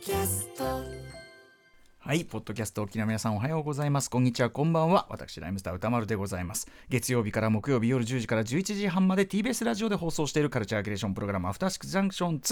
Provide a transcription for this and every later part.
キャスト。 はい、ポッドキャストをお聞きの皆さんおはようございます。こんにちは、こんばんは。私ライムスター歌丸でございます。月曜日から木曜日夜10時から11時半まで TBS ラジオで放送しているカルチャーキュレーションプログラムアフターシックスジャンクション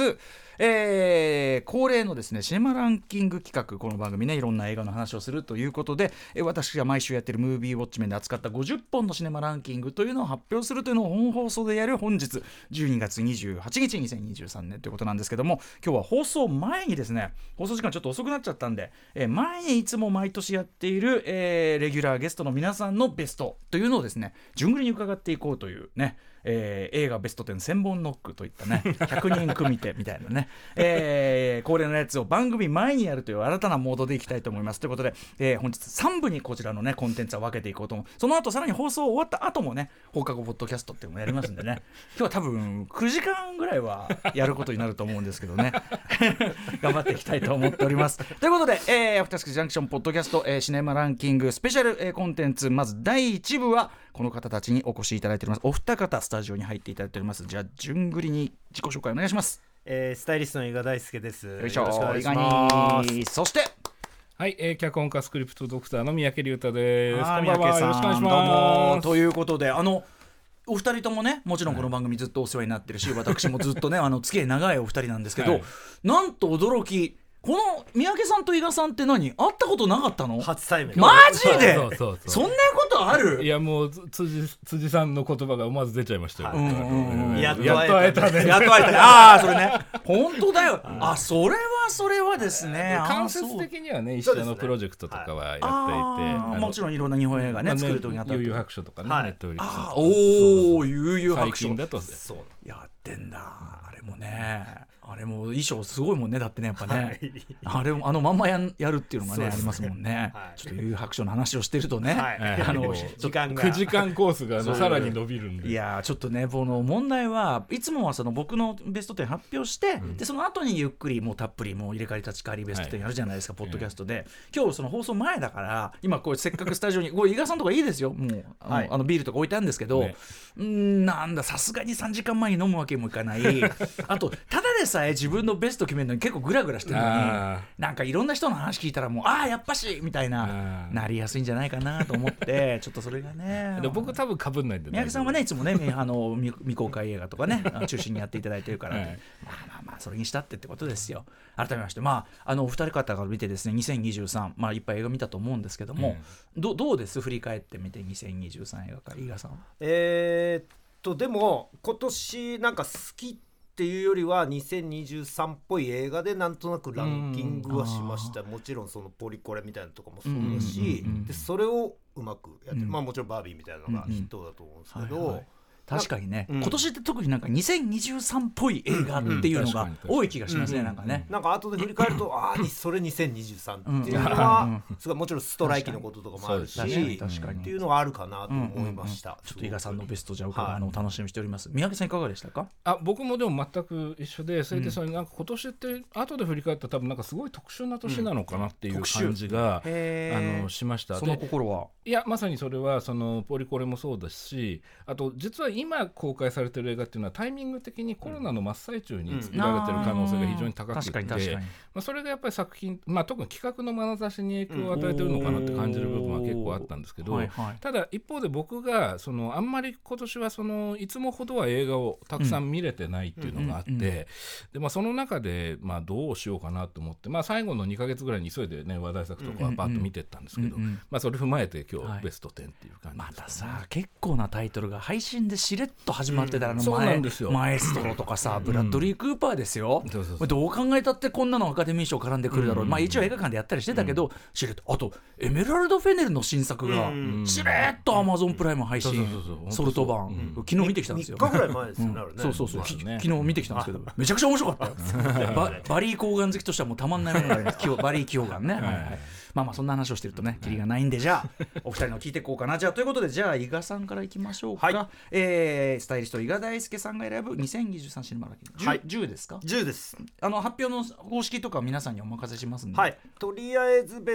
2、恒例のですねシネマランキング企画、この番組ねいろんな映画の話をするということで、私が毎週やっているムービーウォッチメンで扱った50本のシネマランキングというのを発表するというのを本放送でやる本日12月28日2023年ということなんですけども、今日は放送前にですね、放送時間ちょっと遅くなっちゃったんで、前にいつも毎年やっている、レギュラーゲストの皆さんのベストというのをですね順繰りに伺っていこうというね、映画ベスト10千本ノックといったね100人組手みたいなね、恒例のやつを番組前にやるという新たなモードでいきたいと思います。ということで、本日3部にこちらのねコンテンツは分けていこうと思う。その後さらに放送終わった後もね放課後ポッドキャストっていうのもやりますんでね今日は多分9時間ぐらいはやることになると思うんですけどね頑張っていきたいと思っております。ということで、アフターシックスジャンクションポッドキャスト、シネマランキングスペシャル、コンテンツ、まず第1部はこの方たちにお越しいただいております。お二方スタジオに入っていただいております。じゃあ順繰りに自己紹介お願いします。 スタイリストの伊賀大輔です。 よいしょ。 よろしくお願いします。 そしてはい、脚本家スクリプトドクターの三宅龍太です。こんばん三宅さん、 は、よろしくお願いしどうもます。 ということで、お二人ともねもちろんこの番組ずっとお世話になってるし、私もずっとね付き合い長いお二人なんですけど、なんと驚き、この三宅さんと伊賀さんって会ったことなかったの？ 初対面。 マジで？ そうそんなことある？ いやもう辻さんの言葉が思わず出ちゃいましたよ。 やっと会えたね。 やっと会えたね。ああそれね本当だよ。あ、それはですね、 間接的にはね一緒のプロジェクトとかはやっていて、 もちろんいろんな日本映画ね作る時にあった悠々白書とかね、ネットフリックスおお悠々白書最近だとそうやってんだ。あれもね、あれも衣装すごいもんね。だってねやっぱね、あれもまんまやるっていうのがねありますもんね。ちょっと悠々白書の話をしてるとね、 時間が 9時間コースがさらに伸びるんで、 いやちょっとねこの問題はいつもはその僕のベスト10発表して、でその後にゆっくりもうたっぷりもう入れ替わり立ち替わりベスト10やるじゃないですか、ポッドキャストで。今日その放送前だから今こうせっかくスタジオにこれ伊賀さんとかいいですよ、もうビールとか置いてあるんですけど、なんださすがに3時間前に飲むわけにもいかない。あとただでさえ自分のベスト決めるのに結構グラグラしてるのに、なんかいろんな人の話聞いたらもうやっぱしみたいななりやすいんじゃないかなと思ってちょっとそれがねで僕多分被んないんで、 三宅さんはねいつもね未公開映画とかね中心にやっていただいてるから、まあそれにしたってことですよ。改めましてお二人方から見てですね2023、いっぱい映画見たと思うんですけども、どうです振り返ってみて2023映画から伊賀さん。 でも今年なんか好きっていうよりは2023っぽい映画でなんとなくランキングはしました。もちろんそのポリコレみたいなのとかもそうだし、でそれをうまくやってる、もちろんバービーみたいなのがヒットだと思うんですけど、 確かにね、今年って特になんか2023っぽい映画っていうのが多い気がしますね。なんかね、 なんか後で振り返るとそれ2023っていうのはすごいもちろんストライキのこととかもあるしっていうのがあるかなと思いました。 ちょっと伊賀さんのベストじゃ楽しみにしております。三宅さんいかがでしたか？ 僕もでも全く一緒で、それでなんか今年って後で振り返ったら多分なんかすごい特殊な年なのかなっていう感じがしました。 その心は？ いやまさにそれはそのポリコレもそうですし、あと実は今公開されてる映画っていうのはタイミング的にコロナの真っ最中に作られてる可能性が非常に高くて、それがやっぱり作品、特に企画の眼差しに影響を与えてるのかなって感じる部分は結構あったんですけど、ただ一方で僕があんまり今年はいつもほどは映画をたくさん見れてないっていうのがあって、でその中でどうしようかなと思って、最後の2ヶ月ぐらいに急いでね話題作とかはバッと見てったんですけど、それ踏まえて今日ベスト10っていう感じです、ね。 またさ結構なタイトルが配信でしれっと始まってたら、 そうなんですよ。 マエストロとかさ、ブラッドリー・クーパーですよ。どう考えたってこんなのアカデミー賞絡んでくるだろう。一応映画館でやったりしてたけど、しれっとあとエメラルド・フェネルの新作がしれっとアマゾンプライム配信ソルト版、昨日見てきたんですよ。 3日ぐらい前ですよね。 そう昨日見てきたんですけどめちゃくちゃ面白かったよ。バリー・コーガン好きとしてはもうたまんないものがあります。バリー・キョーガンね。そんな話をしてるとねキリがないんで、じゃあお二人の聞いていこうかな。じゃあということでじゃあ伊賀さんからいきましょうか。スタイリスト伊賀大輔さんが選ぶ2023シネマランキング 10ですか ？10です。 発表の方式とか皆さんにお任せしますんで、 とりあえずベスト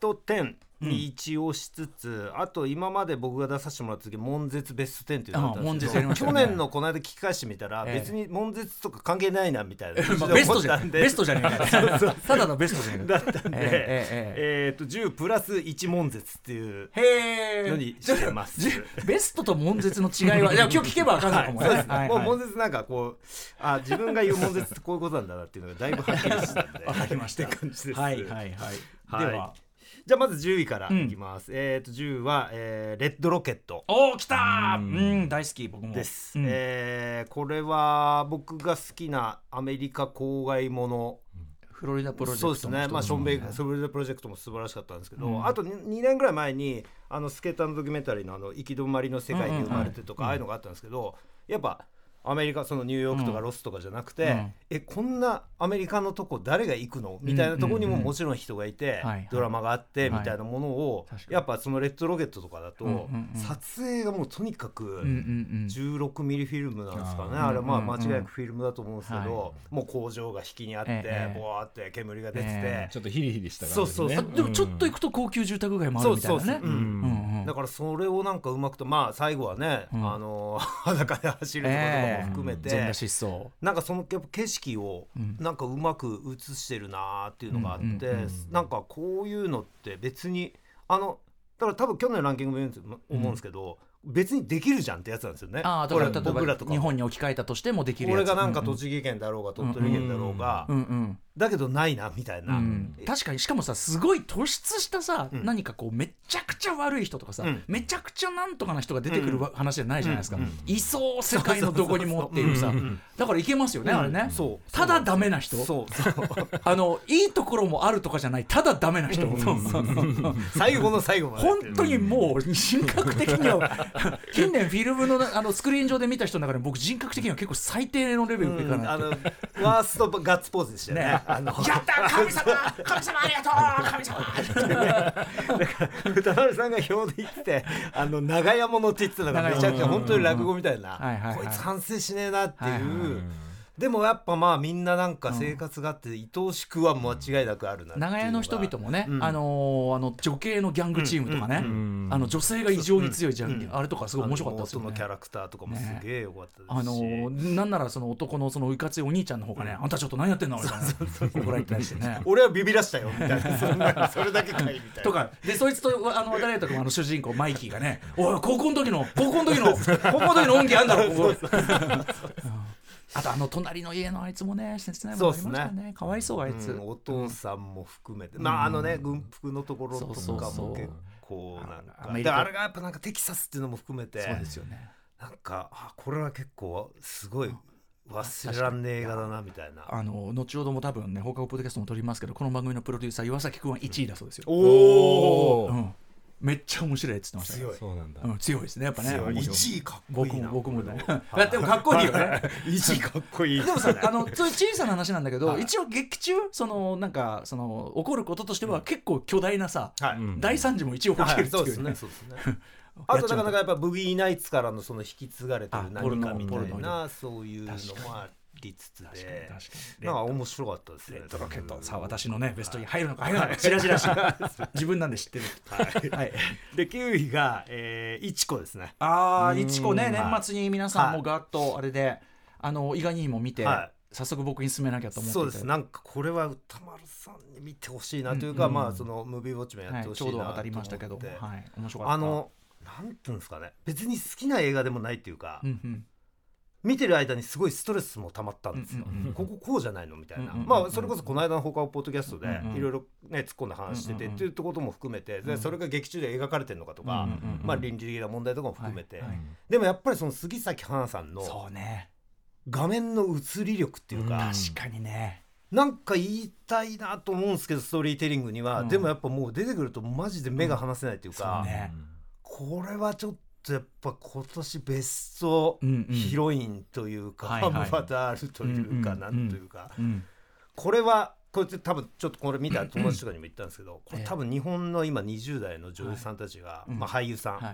ト10に一応しつつ、あと今まで僕が出させてもらった時悶絶ベスト10っていうのがあったんですけど、去年のこの間聞き返してみたら、別に悶絶とか関係ないなみたいな、 ベストじゃねえかただのベストじゃねえかだったんで、10プラス1悶絶っていうのにしてます。 ベストと悶絶の違いは今日聞けば分かんないかもね。 もう悶絶なんかこう自分が言う悶絶ってこういうことなんだなっていうのがだいぶはっきりしたんで分かりましたって感じです。 はいはいはい。ではじゃあまず10位からいきます。10は、レッドロケット。 来たー、大好き僕もです。これは僕が好きなアメリカ郊外もの。 フロリダプロジェクトそうですね。まあショーンベイフロリダプロジェクトも素晴らしかったんですけど、あと 2年ぐらい前にスケーターのドキュメンタリーの行き止まりの世界に生まれてとかああいうのがあったんですけど、やっぱアメリカそのニューヨークとかロスとかじゃなくて、こんなアメリカのとこ誰が行くのみたいなとこにももちろん人がいて、ドラマがあってみたいなものを、やっぱそのレッドロケットとかだと、撮影がもうとにかく16ミリフィルムなんですかね、あれまあ間違いなくフィルムだと思うんですけど、もう工場が引きにあってボワーって煙が出てて、 ちょっとヒリヒリした感じでね。でもちょっと行くと高級住宅街もあるみたいなね。 だからそれをなんかうまくと、まあ最後はね裸で走るとかも含めて、なんかそのやっぱ景色をなんかうまく映してるなっていうのがあって、なんかこういうのって別にだから多分去年のランキングも思うんですけど、別にできるじゃんってやつなんですよね。 だから僕らとか日本に置き換えたとしてもできるやつ。 これがなんか栃木県だろうが鳥取県だろうが、だけどないなみたいな、 確かに。しかもさ、すごい突出したさ、何かこうめちゃくちゃ悪い人とかさ、めちゃくちゃなんとかな人が出てくる話じゃないじゃないですか。いそう世界のどこにもっていうさ、だからいけますよね、あれね。ただダメな人、いいところもあるとかじゃない、ただダメな人、 最後の最後まで本当にもう人格的には近年フィルムのスクリーン上で見た人の中で僕人格的には結構最低のレベルいかない。 ワーストガッツポーズでしたよね。 やった神様ありがとう神様だから歌丸さんが表で言って長屋物って言ってたのがめちゃくちゃ本当に落語みたいな、こいつ反省しねえなっていう、でもやっぱまあみんななんか生活があって愛おしくは間違いなくあるなっていうのが、 長屋の人々もね、女系のギャングチームとかね、女性が異常に強いあれとかすごい面白かったですよね。 元のキャラクターとかもすげえ良かったですし、 なんならその男のそのういかついお兄ちゃんの方がね、あんたちょっと何やってんのみたいな怒られてたりしてね、 俺はビビらしたよみたいなそれだけかいみたいなとかで、そいつと渡辺とかも主人公マイキーがね、おい高校の時の恩義あんだろここあと隣の家のあいつもね切ないものありましたね。かわいそうあいつ、 お父さんも含めて、まあ軍服のところとかも結構なんか、あれがやっぱなんかテキサスっていうのも含めて、 そうですよね、 なんかこれは結構すごい忘れらんねえ映画だなみたいな。 後ほども多分ね放課後ポッドキャストも撮りますけど、この番組のプロデューサー岩崎君は1位だそうですよ。 おお、 めっちゃ面白いって言ってました。 強い。 そうなんだ。 強いですねやっぱね。 1位かっこいいな。 僕もね。でもかっこいいよね。 1位かっこいい。 でもさ、そういう小さな話なんだけど、一応劇中なんか起こることとしては結構巨大なさ、大惨事も一応起きるっていうね。 そうですね。あとなかなかやっぱブギーナイツからのその引き継がれてる何かみたいなそういうのもありつつで、なんか面白かったですね。 レッドロケット、さあ私のねベストに入るのか入らないのか白々しい自分なんで知ってる。 で9位がいちこですね。 いちこね、年末に皆さんもガッとあれで伊賀にも見て早速僕に勧めなきゃと思ってて、 そうです。なんかこれは歌丸さんに見てほしいなというか、まあそのムービーウォッチもやってほしいなと思って、 ちょうど当たりましたけど、面白かった。 なんていうんですかね、別に好きな映画でもないっていうか、見てる間にすごいストレスも溜まったんですよ。こうじゃないのみたいな、まあそれこそこの間の放課後ポッドキャストでいろいろね突っ込んで話しててっていうことも含めて、でそれが劇中で描かれてるのかとか、まあ倫理的な問題とかも含めて、でもやっぱりその杉咲花さんの画面の映り力っていうか、 確かにね、 なんか言いたいなと思うんですけど、ストーリーテリングには、でもやっぱもう出てくるとマジで目が離せないっていうか、これはちょっとやっぱ今年ベストヒロインというか、ハムバタールというか、なんというか、これ多分ちょっとこれ見た友達とかにも言ったんですけど、これ多分日本の今20代の女優さんたちが、まあ俳優さん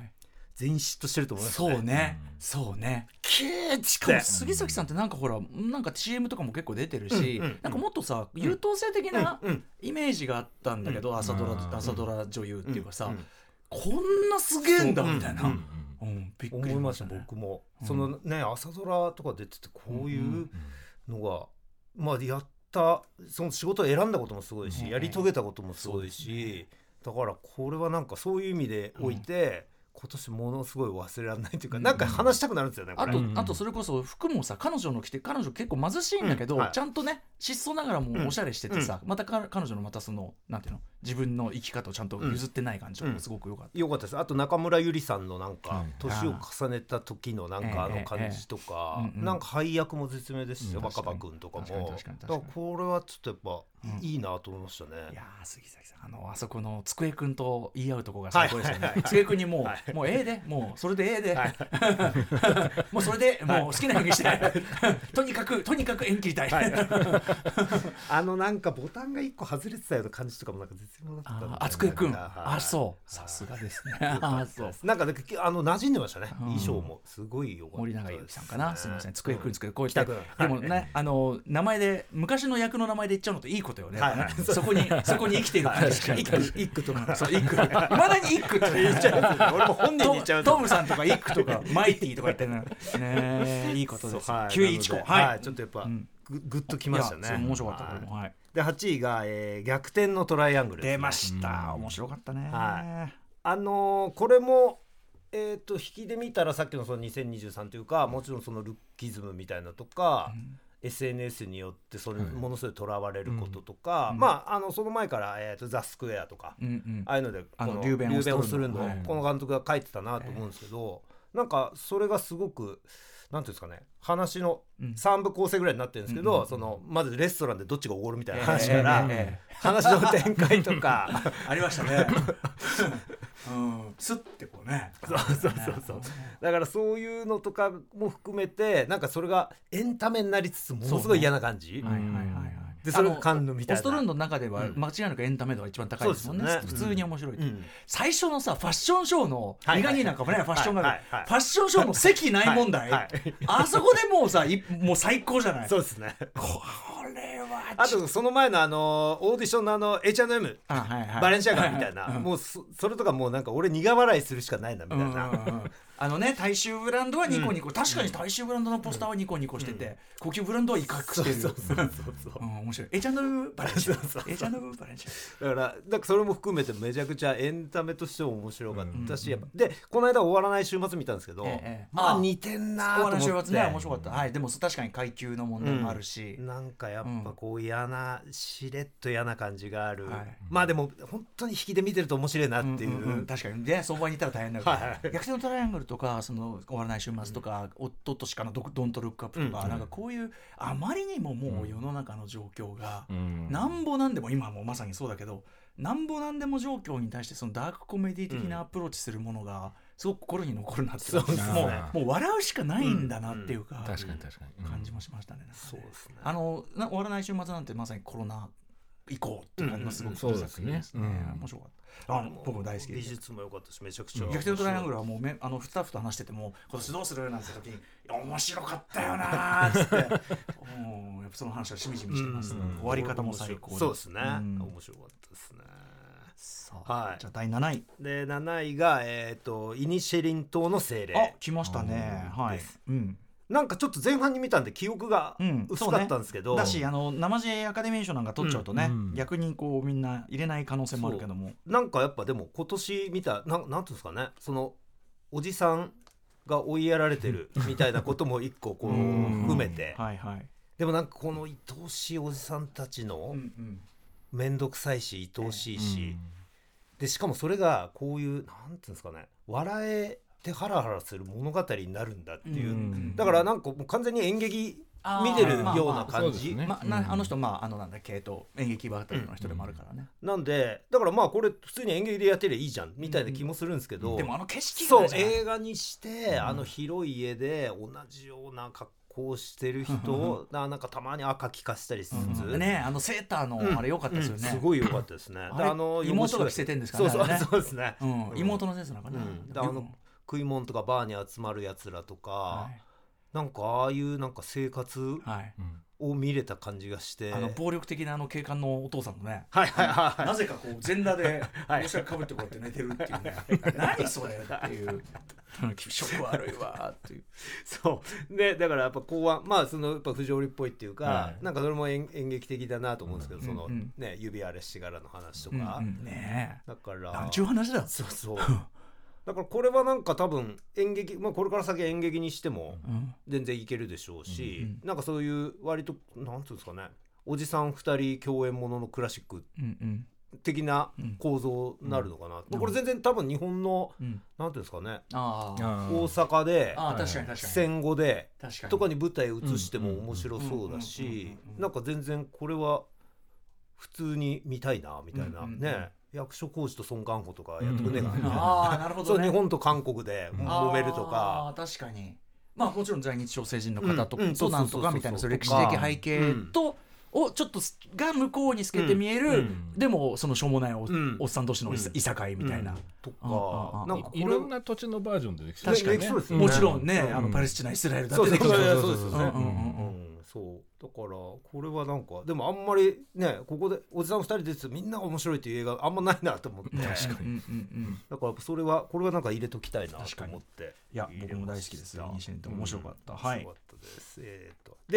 全員嫉妬してると思いますね。 そうね、そうね。 キーッしかも杉崎さんってなんかほらなんか CM とかも結構出てるし、なんかもっとさ優等生的なイメージがあったんだけど、朝ドラ女優っていうかさ、こんなすげえんだみたいな、びっくりしましたね。 僕もそのね朝ドラとか出ててこういうのがまあやったその仕事を選んだこともすごいし、やり遂げたこともすごいし、だからこれはなんかそういう意味でおいて、今年ものすごい忘れられないというか、なんか話したくなるんですよね、これ。 あとそれこそ服もさ彼女の着て、彼女結構貧しいんだけど、ちゃんとね質素ながらもおしゃれしててさ、また彼女のまたそのなんていうの自分の生き方をちゃんと譲ってない感じがすごく良かった。 良かったです。あと中村ゆりさんのなんか年を重ねた時のなんかあの感じとか、なんか配役も絶妙ですし、若葉くんとかも。だからこれはちょっとやっぱいいなと思いましたね。 いや杉崎さんあそこの机くんと言い合うとこが最高でしたね。机くんにもうええでもうそれでええでもうそれでもう好きな演技してとにかく演技りたい。 なんかボタンが1個外れてたような感じとかもなんか絶妙だった。 机くんそうさすがですね。なんか馴染んでましたね。衣装もすごいよかった。 森永優希さんかな、すみません。机くんこう言ってでもね名前で昔の役の名前で言っちゃうのといいことよね。そこに生きている感じ。 一句とかいまだに一句って言っちゃう。 俺も本人に言っちゃう。 トムさんとか一句とかマイティとか言ってね、いいことです。915はいちょっとやっぱグッときましたね。 面白かった。はい。 で8位が逆転のトライアングル出ました。面白かったね。 これも引きで見たらさっきのその2023というか、もちろんそのルッキズムみたいなとか、SNS によってそれものすごいとらわれることとか、その前からザ・スクエアとかああいうのでリューベン・オストルンドこの監督が書いてたなと思うんですけど、なんかそれがすごくなんていうんですかね、話の3部構成ぐらいになってるんですけど、そのまずレストランでどっちがおごるみたいな話から話の展開とかありましたね。スッてこうね。 そうだからそういうのとかも含めてなんかそれがエンタメになりつつものすごい嫌な感じ。でそれがカンヌみたいな。 オストルンドの中では間違いなくエンタメ度が一番高いですもんね。普通に面白い。最初のさファッションショーの意外になんかねファッションがファッションショーの席ない問題。あそこでもうさもう最高じゃない。 そうですね。 これはあとその前のオーディションのH&M バレンシアガみたいな、もうそれとかもうなんか俺苦笑いするしかないなみたいな。 大衆ブランドはニコニコ、確かに大衆ブランドのポスターはニコニコしてて、高級ブランドは威嚇してる。面白い。H&M バレンシアH&Mバレンシアだからそれも含めてめちゃくちゃエンタメとしても面白かったし、でこの間終わらない週末見たんですけど、似てんなと思って。 終わらない週末ね面白かった。でも確かに階級の問題もあるし、 なんかやっぱこうしれっと嫌な感じがある。でも本当に引きで見てると面白いなっていう。 確かにね、相場にいたら大変だから。逆転のトライアングルとかその終わらない週末とか、おっとっとしかのドントルックアップとか、なんかこういうあまりにももう世の中の状況が、なんぼなんでも今もまさにそうだけど、なんぼなんでも状況に対してそのダークコメディ的なアプローチするものがすごく心に残るなって、もう笑うしかないんだなっていうか、 確かに感じもしましたね。 そうですね。 終わらない週末なんてまさにコロナ以降っていう感じがすごくそうですね。 面白かった。僕も大好きで。 美術も良かったしめちゃくちゃ。 逆転のトライアングルはもうスタッフと話してても今年どうするなんて時に面白かったよなーっつってやっぱその話はしみじみしてます。終わり方も最高で。 そうですね。面白かったですね。 じゃあ第7位で7位がイニシェリン島の精霊。 来ましたね。はい。 なんかちょっと前半に見たんで記憶が薄かったんですけど、 だし生地アカデミー賞なんか取っちゃうとね、逆にこうみんな入れない可能性もあるけども、 なんかやっぱでも今年見たなんていうんですかね、そのおじさんが追いやられてるみたいなことも一個こう含めてでもなんかこの愛おしいおじさんたちの面倒くさいし愛おしいし、でしかもそれがこういうなんていうんですかね、笑えでハラハラする物語になるんだっていう、だからなんかもう完全に演劇見てるような感じ。 あの人なんだっけ演劇バトルの人でもあるからね。 なんでだからこれ普通に演劇でやってりゃいいじゃんみたいな気もするんですけど、 でも景色がそう映画にして広い家で同じような格好をしてる人なんかたまに赤着かせたりしつつね、セーターのあれ良かったですよね。 すごい良かったですね。 妹が着せてんですかね。 そうですね。 妹のセンスなんかな。 食い物とかバーに集まるやつらとか、はい、なんかああいうなんか生活を見れた感じがして、 暴力的な警官のお父さんのね、 はいはいはい、 なぜかこう全裸で帽子がかぶってこうやって寝てるっていうね何それっていう気色悪いわっていうそうでだからやっぱ公安、まあそのやっぱ不条理っぽいっていうか、はい、なんかそれも演劇的だなと思うんですけど、そのね指荒れしがらの話とか、 ねだからなんちゅう話だ。 そうそうだからこれはなんか多分演劇、まあ、これから先演劇にしても全然いけるでしょうし、なんかそういう割となんていうんですかね、おじさん2人共演もののクラシック的な構造になるのかな、これ全然多分日本の、なんていうんですかね、大阪で戦後でとかに舞台移しても面白そうだし、なんか全然これは普通に見たいなみたいなね。役所広司と孫元穂とかやってくんねえかな、 ああなるほどね。 そう日本と韓国で揉めるとか、 あ確かにまあもちろん在日朝鮮人の方となんとかみたいな歴史的背景とをちょっとが向こうに透けて見える、でもそのしょうもない おっさん同士のいさかいみたいな、 とかなんかいろんな土地のバージョンででき確かにね、もちろんねパレスチナイスラエルだってできる。 そうだからこれはなんかでもあんまりねここでおじさん2人でみんなが面白いっていう映画あんまないなと思って、 確かにだからこれはなんか入れときたいなと思って、 いや僕も大好きですよ。西年と面白かった。 はい。で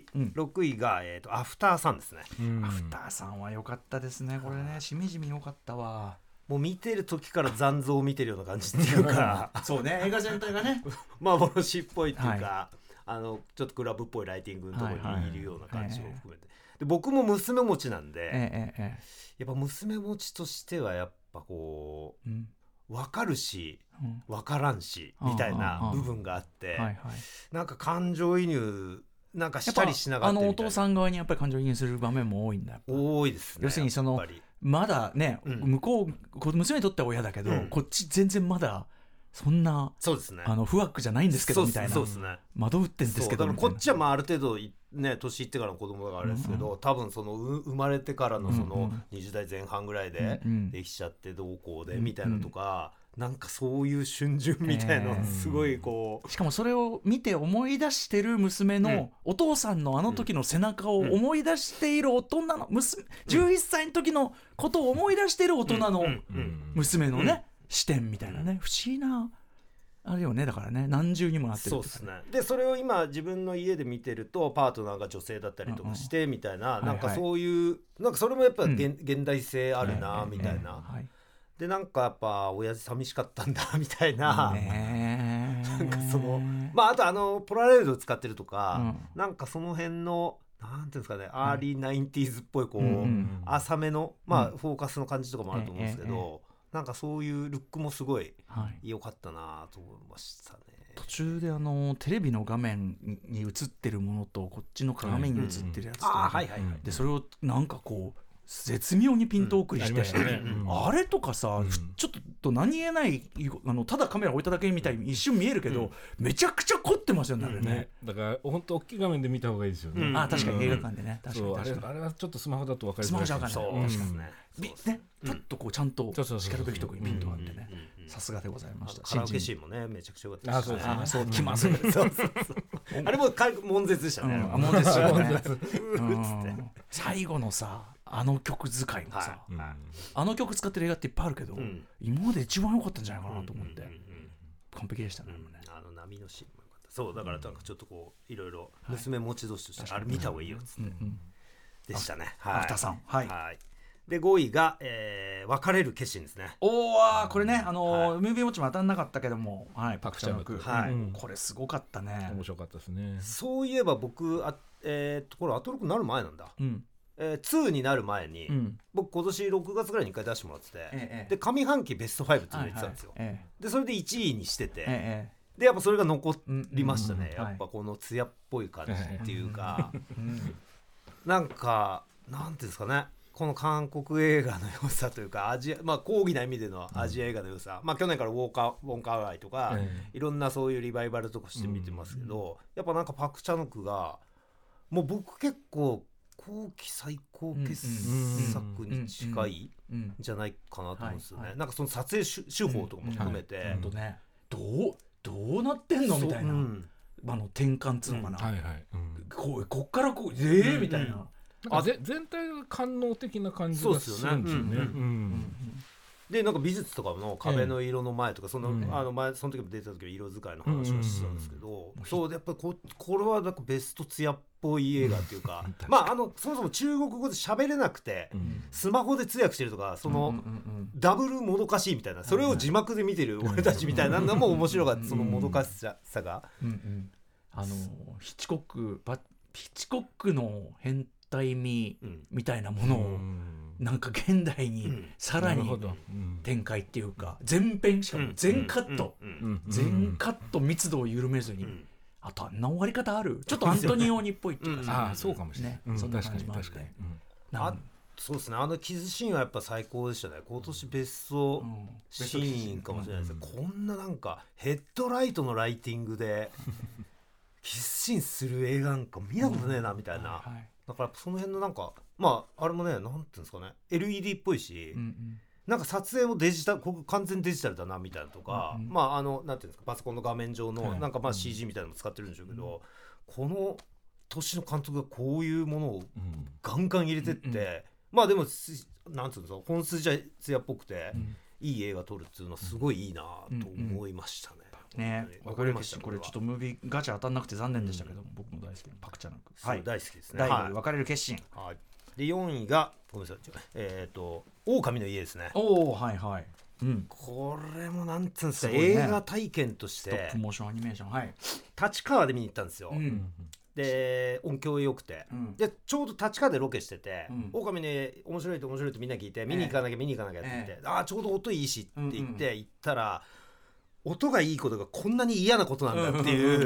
6位がアフターさんですね。 アフターさんは良かったですね。これねしみじみ良かったわ。 もう見てる時から残像を見てるような感じっていうかそうね映画全体がね幻っぽいっていうか、ちょっとクラブっぽいライティングのところにいるような感じを含めて、で僕も娘持ちなんで、やっぱ娘持ちとしてはやっぱこう、分かるし分からんしみたいな部分があって、なんか感情移入なんかしたりしながらお父さん側にやっぱり感情移入する場面も多いんだ。 多いですね。 要するにそのまだね、向こう娘にとっては親だけど、こっち全然まだそんなそうですね不惑じゃないんですけどみたいな、 そうですね、 惑うってんですけどだからこっちはまあある程度ね年いってからの子供だからあれですけど、多分その生まれてからのその20代前半ぐらいでできちゃってどうこうでみたいなとか、なんかそういう春巡みたいなすごいこう、 しかもそれを見て思い出してる娘のお父さんのあの時の背中を思い出している大人の娘、11歳の時のことを思い出している大人の娘のね視点みたいなね、不思議なあれよね。だからね何重にもなってる。 そうですね。でそれを今自分の家で見てるとパートナーが女性だったりとかしてみたいな、なんかそういうなんかそれもやっぱ現代性あるなみたいな、でなんかやっぱ親父寂しかったんだみたいな、なんかそのまああとポラロイドを使ってるとか、なんかその辺のなんていうんですかね、アーリーナインティーズっぽいこう、浅めのまあフォーカスの感じとかもあると思うんですけど、なんかそういうルックもすごい良かったなと思いましたね。 途中でテレビの画面に映ってるものとこっちの鏡に映ってるやつと、でそれをなんかこう絶妙にピント送りして、あれとかさ、ちょっと何気ないただカメラ置いただけみたいに一瞬見えるけど、めちゃくちゃ凝ってますよね。 だから本当大きい画面で見た方がいいですよね。 確かに映画館でね。確かにあれはちょっとスマホだと分かりづらい。 スマホじゃ分かんない。確かにね。パッとこうちゃんとしかるべきところにピントがあってね。さすがでございました。 カラオケシーンもねめちゃくちゃ良かったですね。 そう気まずい。 あれも悶絶でしたね。 悶絶したね。最後のさ曲使いもさ、曲使ってる映画っていっぱいあるけど、今まで一番良かったんじゃないかなと思って完璧でしたね。 波のシーンも良かった。そうだからなんかちょっとこういろいろ娘持ち同士としてあれ見た方がいいよっつってでしたね。 アフターさん。はい。 で5位が別れる決心ですね。 これねムービーウォッチも当たんなかったけども、パクチャノク、これすごかったね。 面白かったですね。 そういえば僕これアトロクになる前なんだ。2になる前に、僕今年6月ぐらいに1回出してもらってて、で上半期ベスト5っていうのを言ってたんですよ。でそれで1位にしてて、でやっぱそれが残りましたね。やっぱこの艶っぽい感じっていうか、なんかなんていうんですかね、この韓国映画の良さというか高義な意味でのアジア映画の良さ、去年からウォンカーアイとか、いろんなそういうリバイバルとかして見てますけど、やっぱなんかパク・チャノクがもう僕結構後期最高傑作に近いんじゃないかなと思うんですよね。なんかその撮影手法とかも含めて、 どうなってんのみたいな、転換っつうのかな、 はいはい、 こっからこうみたいな、 全体が官能的な感じがするんですよね。 でなんか美術とかの壁の色の前とかその時も出た時は色使いの話をしてたんですけど、そうやっぱりこれはなんかベストツヤっぽい映画っていうかまあそもそも中国語で喋れなくてスマホで通訳してるとかそのダブルもどかしいみたたいな、それを字幕で見てる俺たちみたいなのも面白かった、そのもどかしさが。 ヒッチコックの変態味みたいなものをなんか現代にさらに展開っていうか、全編しかも全カット密度を緩めずに、あとあんな終わり方ある？ちょっとアントニオニっぽいっていうかさ、 そうかもしれない、 そんな感じもあって、 そうですね、キスシーンはやっぱ最高でしたね。今年ベストシーンかもしれないですね。こんななんかヘッドライトのライティングでキスシーンする映画なんか見たことねえなみたいな、だからその辺のなんかまああれもね、なんていうんですかね、 LED っぽいし、なんか撮影もここ完全デジタルだなみたいなとか、まあなんていうんですか、パソコンの画面上のなんかまあ CG みたいなのも使ってるんでしょうけど、この年の監督がこういうものをガンガン入れてって、まあでもなんていうんですか、本筋ツヤっぽくていい映画撮るっていうのはすごいいいなと思いましたね。 わかりました。これちょっとムービーガチャ当たんなくて残念でしたけど、僕も大好きなパクチャナク、 大好きですね。 第5位分かれる決心、 で4位がごめんなさい、狼の家ですね。 はいはい、 これもなんていうんですか、映画体験としてストップモーションアニメーション、 立川で見に行ったんですよ。で音響良くて、でちょうど立川でロケしてて、狼ね面白いってみんな聞いて、見に行かなきゃって言って、ちょうど音いいしって言って行ったら、音がいいことがこんなに嫌なことなんだっていう、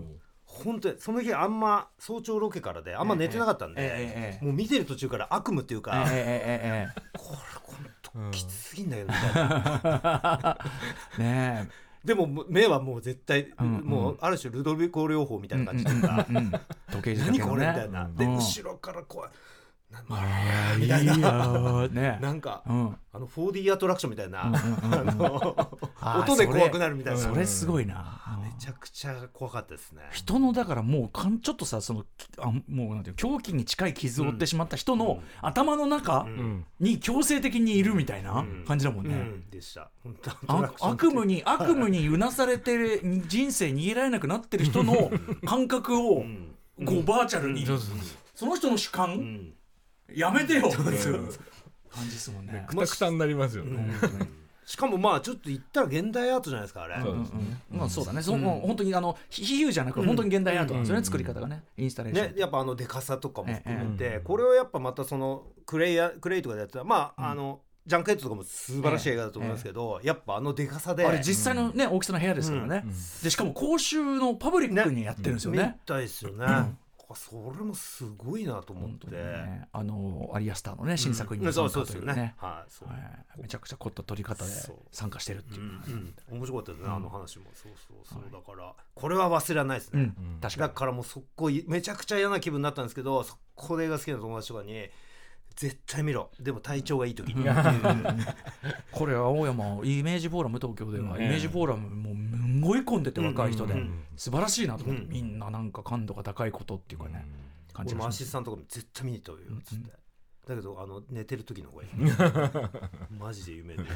本当にその日あんま早朝ロケからであんま寝てなかったんで、もう見てる途中から悪夢っていうか、これ本当きつすぎんだけどみたいなねえ。でも目はもう絶対、もうある種ルドビコ療法みたいな感じとか、 時計何これみたいな、で後ろからこうみたいな、なんか4D アトラクションみたいな、音で怖くなるみたいな、 それすごいな、 めちゃくちゃ怖かったですね。 人のだからもうちょっとさ、もうなんていう狂気に近い傷を負ってしまった人の頭の中に強制的にいるみたいな感じだもんね。 でした。 悪夢にうなされて人生逃げられなくなってる人の感覚をこうバーチャルに、その人の主観やめてよっていう感じですもんね。 くたくたになりますよね。 しかもまあちょっと言ったら現代アートじゃないですか、あれ。 まあそうだね。本当に比喩じゃなく本当に現代アートなんですよね、作り方がね、インスタレーション。 やっぱデカさとかも含めて、これをやっぱまたそのクレイとかでやってた、まあジャンクヘッドとかも素晴らしい映画だと思いますけど、やっぱデカさで、 あれ実際のね大きさの部屋ですからね。でしかも公衆のパブリックにやってるんですよね。 みたいですよね。それもすごいなと思って、 アリアスターのね新作に参加というね、めちゃくちゃ凝った撮り方で参加してるっていう、 面白かったですね、あの話も。そうだからこれは忘れられないですね。だからもうそこめちゃくちゃ嫌な気分になったんですけど、そこで映画好きな友達とかに絶対見ろ、でも体調がいい時にこれ青山イメージフォーラム東京ではイメージフォーラムもうすごい混んでて、若い人で素晴らしいなと思って、みんななんか感度が高いことっていうかね、感じがします。 俺もアシスタントとかも絶対見に行った方がいいよっつって、だけど寝てる時の方がいいマジで夢で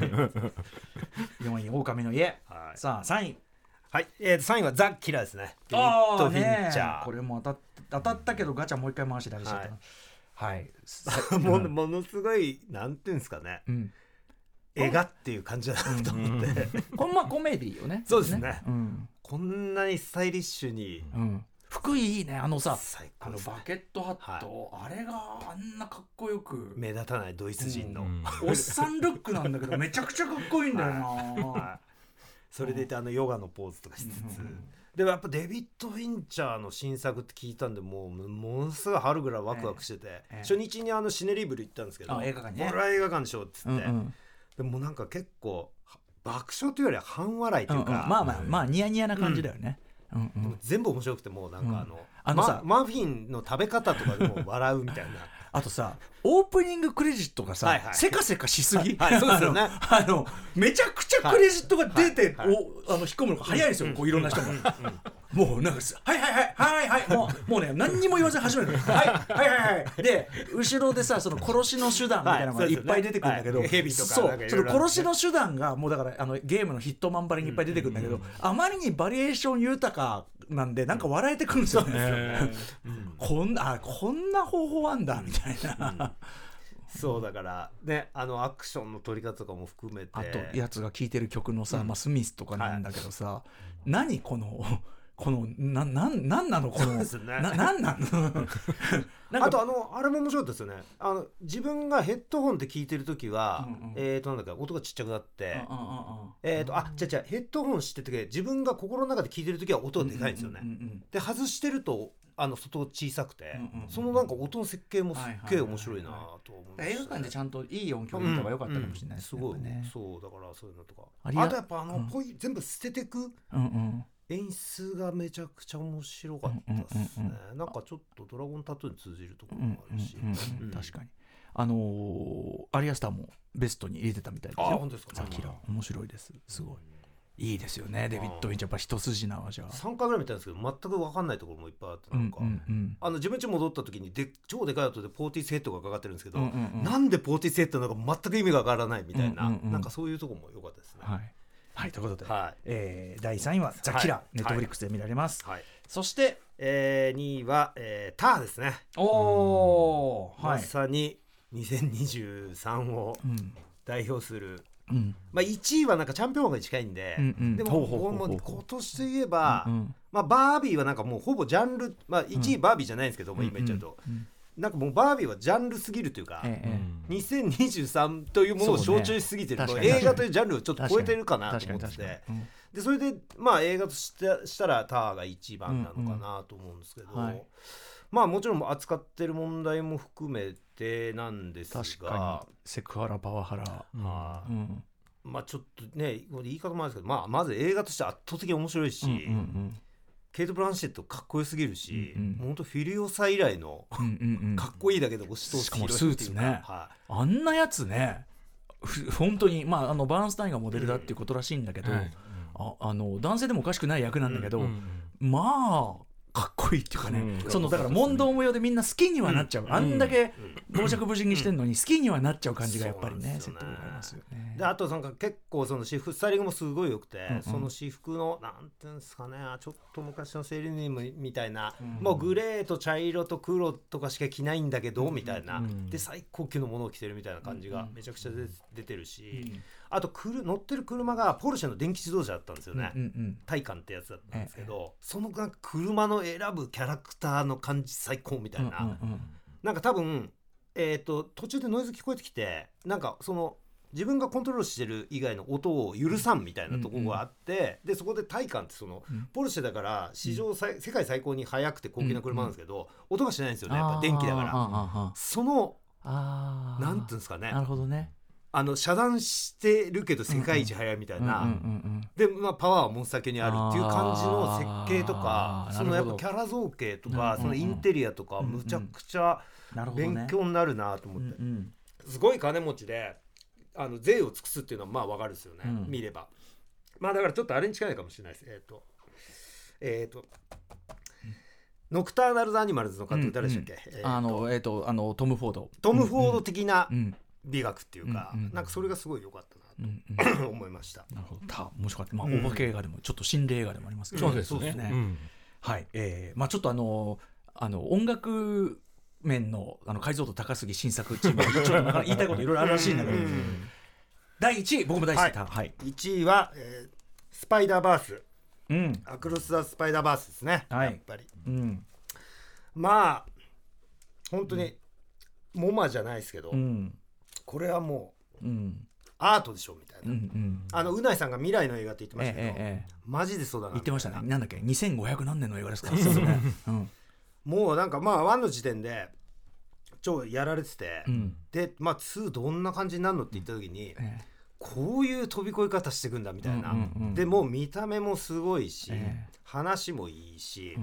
4位狼の家、さあ3位、 3位はザ・キラーですね。デビッド・フィンチャー。 これも当たったけどガチャもう一回回してだけしちゃった。 ものすごいなんていうんですかね、映画っていう感じだなと思ってコメディよね。 そうですね、こんなにスタイリッシュに、 服いいね。バケットハット、あれがあんなかっこよく目立たないドイツ人のおっさんルックなんだけどめちゃくちゃかっこいいんだよな。 それでいてヨガのポーズとかしつつ、でもやっぱデビッド・フィンチャーの新作って聞いたんで、ものすごい春ぐらいワクワクしてて、初日にシネリーブル行ったんですけど、 映画館ね、 これは映画館でしょっつって、でもなんか結構爆笑というよりは半笑いというか、 まあニヤニヤな感じだよね。 全部面白くて、もうなんかマフィンの食べ方とかでも笑うみたいなあとさオープニングクレジットがさ、 はいはい、 せかせかしすぎ、 はいはい、そうですよねめちゃくちゃクレジットが出て、 はいはい引っ込むのが早いんですよ、こういろんな人がもうなんかはいはいはいはいはいもうね何にも言わずに始めるはいはいはいはいで後ろでさその殺しの手段みたいなのがいっぱい出てくるんだけど、 ヘビとかそうその殺しの手段がもうだからゲームのヒットマンばりにいっぱい出てくるんだけど、あまりにバリエーション豊かなんでなんか笑えてくるんですよね、こんな方法あんだみたいな、 そうだからねアクションの撮り方とかも含めてあとやつが聴いてる曲のさ、スミスとかなんだけどさ、何このなんなのこのなんなのあとあれも面白かったですよね。自分がヘッドホンで聞いてるときは、なんだっけ音がちっちゃくなって、ヘッドホンしてて自分が心の中で聞いてるときは音がでかいんですよね。で外してると外小さくて、そのなんか音の設計もすっげえ面白いなと思いました。 映画館でちゃんといい音響見た方が良かったかもしれないですね。 すごいね。そうだからそういうのとか。 あとやっぱ全部捨ててく。演出がめちゃくちゃ面白かったですね。なんかちょっとドラゴンタトゥーに通じるところもあるし、 確かにアリアスターもベストに入れてたみたいですよ。 本当ですか。 ザキラ面白いです。すごいいいですよね。デビッド・フィンチやっぱ一筋縄じゃ 3回ぐらい見たんですけど全く分かんないところもいっぱいあって、なんか自分家戻った時に超でかい音でポーティスヘッドがかかってるんですけど、なんでポーティスヘッドなのか全く意味がわからないみたいな、なんかそういうところも良かったですね。 はい、ということで、第3位はザ・キラー、ネットフリックスで見られます。そして、2 位は、ターですね。まさに2023を代表する、1位はなんかチャンピオンが近いんで、でも今年で言えば、バービーはなんかもうほぼジャンル、1位バービーじゃないんですけど、今言っちゃうと。なんかもうバービーはジャンルすぎるというか、2023というものを象徴しすぎてる、映画というジャンルをちょっと超えてるかなと思ってて、でそれで映画としたらターが一番なのかなと思うんですけど、もちろん扱ってる問題も含めてなんですが、 確かにセクハラパワハラ、 ちょっとね言い方もあるんですけど、まず映画として圧倒的に面白いし、ケイト・ブランシェットかっこよすぎるし、本当フィリオサ以来のかっこいいだけで押し通すしかもスーツね、あんなやつね本当にバーンスタインがモデルだっていうことらしいんだけど、男性でもおかしくない役なんだけど、かっこいいっていうかね、だから問答無用でみんな好きにはなっちゃう、あんだけ傍若無人にしてんのに好きにはなっちゃう感じがやっぱりね、説得力ありますよね。 であと結構その私服スタイリングもすごい良くて、その私服のなんていうんですかね、ちょっと昔のセーリニムみたいな、もうグレーと茶色と黒とかしか着ないんだけどみたいな、で最高級のものを着てるみたいな感じがめちゃくちゃ出てるし、あと乗ってる車がポルシェの電気自動車だったんですよね、タイカンってやつだったんですけど、そのなんか車の選ぶキャラクターの感じ最高みたいな、なんか多分途中でノイズ聞こえてきて、なんかその自分がコントロールしてる以外の音を許さんみたいなところがあって、でそこでタイカンってそのポルシェだから史上世界最高に速くて高級な車なんですけど、音がしないんですよね、やっぱ電気だから。そのなんていうんですかね、 なるほどね、 遮断してるけど世界一速いみたいな、でパワーはモンスター系にあるっていう感じの設計とか、そのやっぱキャラ造形とか、そのインテリアとかむちゃくちゃ勉強になるなと思って、すごい金持ちで税を尽くすっていうのは分かるですよね、見れば。だからちょっとあれに近いかもしれないです。ノクターナルズ・アニマルズの監督誰でしたっけ？ トム・フォード。 トム・フォード的な美学っていうか、なんかそれがすごい良かったなと思いました。 なるほど、面白かった。お化け映画でもちょっと心霊映画でもありますけど、 そうですね。 はい、ちょっと音楽面の解像度高すぎ新作チームちょっと言いたいこといろいろあるらしいんだけど、第1位僕も大好きだ。 1位はスパイダーバース、アクロス・ザ・スパイダーバースですね、やっぱり。本当にモマじゃないですけど、これはもうアートでしょみたいな、うないさんが未来の映画って言ってましたけど、マジでそうだな言ってましたね。なんだっけ、2500何年の映画ですかもうなんか1の時点で超やられてて、で2どんな感じになるのって言った時に、こういう飛び越え方していくんだみたいな、でもう見た目もすごいし、話もいいし、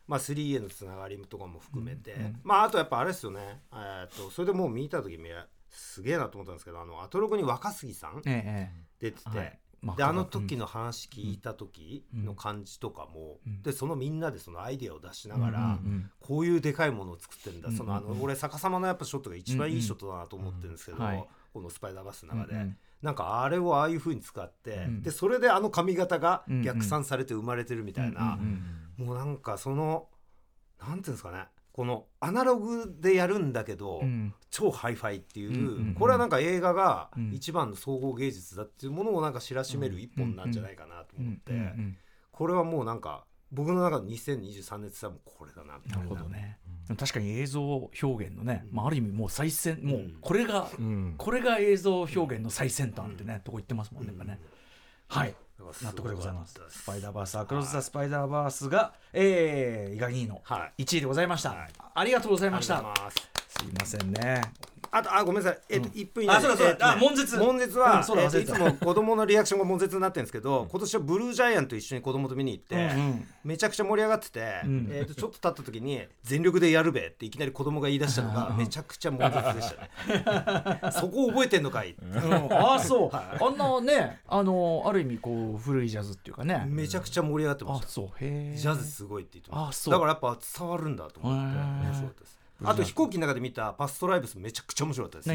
3へのつながりとかも含めて、あとやっぱあれですよね、それでもう見た時すげえなと思ったんですけど、アトロクに若杉さん出てて、であの時の話聞いた時の感じとかも、でそのみんなでそのアイデアを出しながら、こういうでかいものを作ってるんだ、俺逆さまのやっぱショットが一番いいショットだなと思ってるんですけど、このスパイダーバースの中で、なんかあれをああいう風に使って、でそれであの髪型が逆算されて生まれてるみたいな、もうなんかそのなんていうんですかね、このアナログでやるんだけど、超ハイファイっていう、これはなんか映画が一番の総合芸術だっていうものをなんか知らしめる一本なんじゃないかなと思って、これはもうなんか僕の中の2023年ってもうこれだなみたいな。 なるほどね。確かに映像表現のね、ある意味もう最先、もうこれが映像表現の最先端ってね、とこ言ってますもんね。はい。納得でございます。スパイダーバース、アクロス・ザ・スパイダーバースが、イガニーノ1位でございました。ありがとうございました。すいませんね。 あとごめんなさい、1分以内で悶絶はいつも子供のリアクションが悶絶になってるんですけど、今年はブルージャイアンと一緒に子供と見に行って、めちゃくちゃ盛り上がってて、ちょっと経った時に全力でやるべっていきなり子供が言い出したのがめちゃくちゃ悶絶でしたね。そこ覚えてんのかい。 そう、あんなね、ある意味こう古いジャズっていうかね、 めちゃくちゃ盛り上がってました。ジャズすごいって言ってました。だからやっぱ伝わるんだと思って面白かったです。あと飛行機の中で見たパストライブスめちゃくちゃ面白かったです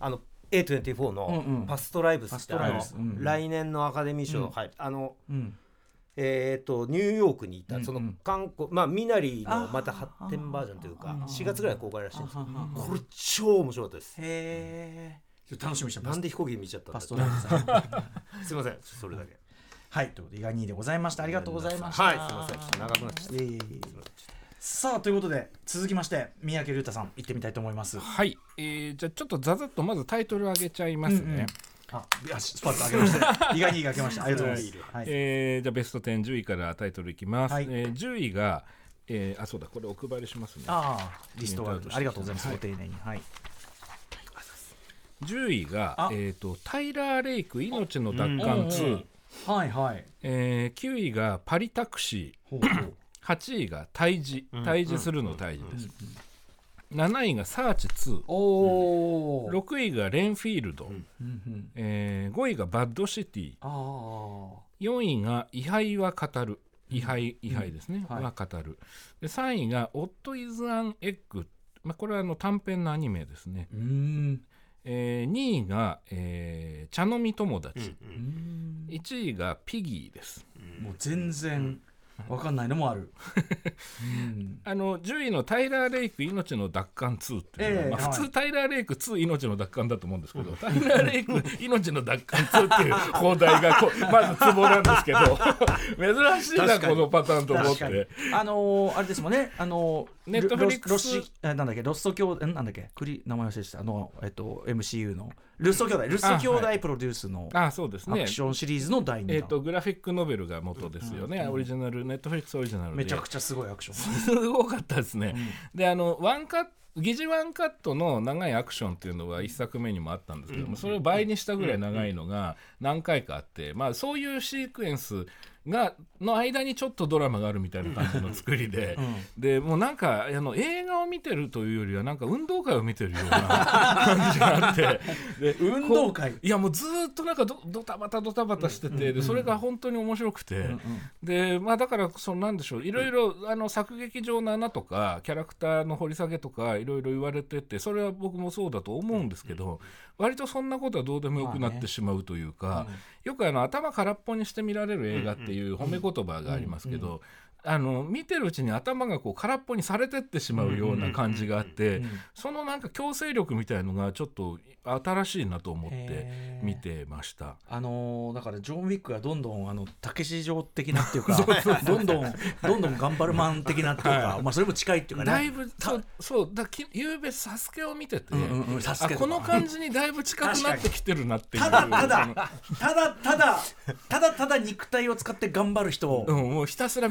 。A24 のパストライブスって来年のアカデミー賞入るニューヨークにいたその韓国ミナリのまた発展バージョンというか4月ぐらい公開らしいんですけど、これ超面白かったです。 楽しみにしてます。 なんで飛行機で見ちゃったんだ。 パストライブスすいません、それだけ。 はい、ということでイガニーでございました。ありがとうございました。 はい、すいません、長くなっちゃった。 さあということで続きまして三宅龍太さん行ってみたいと思います。 はい、じゃあちょっとざざっとまずタイトル上げちゃいますね。 スパッと上げましたイガニーが上げました。ありがとうございます。 じゃあベスト10、10位からタイトルいきます。10位がそうだ、これお配りしますね。 リストがありがとうございます。ご丁寧に。 10位がタイラー・レイク命の奪還2。9位がパリタクシー。8位が対峙するの対峙です。7位がサーチ2。6位がレンフィールド。5位がバッドシティ。4位が位牌は語る。位牌ですね、は語る。で3位がオット・イズ・アン・エッグ。これは短編のアニメですね。2位が、茶飲み友達。1位がピギーです。 もう全然分かんないのもある。 10位のタイラー・レイク命の奪還2っていうのは、普通タイラー・レイク2命の奪還だと思うんですけど、タイラー・レイク命の奪還2っていう放題がまずツボなんですけど珍しいなこのパターンと思って。 あれですもんね、 ネットフリックスなんだっけ、ロッソ兄弟なんだっけ、名前忘れてたMCU のルッソ兄弟プロデュースのアクションシリーズの第2弾。 グラフィックノベルが元ですよね。オリジナルネットフリックスオリジナルでめちゃくちゃすごいアクションすごかったですね。で疑似ワンカットの長いアクションっていうのは1作目にもあったんですけども、それを倍にしたぐらい長いのが何回かあって、そういうシークエンスの間にちょっとドラマがあるみたいな感じの作りで、でもうなんか映画を見てるというよりはなんか運動会を見てるような感じがあってで運動会いやもうずっとなんかドタバタしてて、でそれが本当に面白くて、でだからなんでしょう、いろいろ作劇上の穴とかキャラクターの掘り下げとかいろいろ言われてて、それは僕もそうだと思うんですけど、割とそんなことはどうでもよくなってしまうというか、よく頭空っぽにして見られる映画っていう褒め言葉がありますけど、見てるうちに頭が空っぽにされてってしまうような感じがあって、そのなんか強制力みたいのがちょっと新しいなと思って見てました。 だからジョン・ウィックがどんどんたけし城的なっていうかどんどん頑張るマン的なっていうか、それも近いっていうかね、 だいぶそうだ。ゆうべサスケを見てて、この感じにだいぶ近くなってきてるなっていう。ただ肉体を使って頑張る人を、 もうひたすら見ていく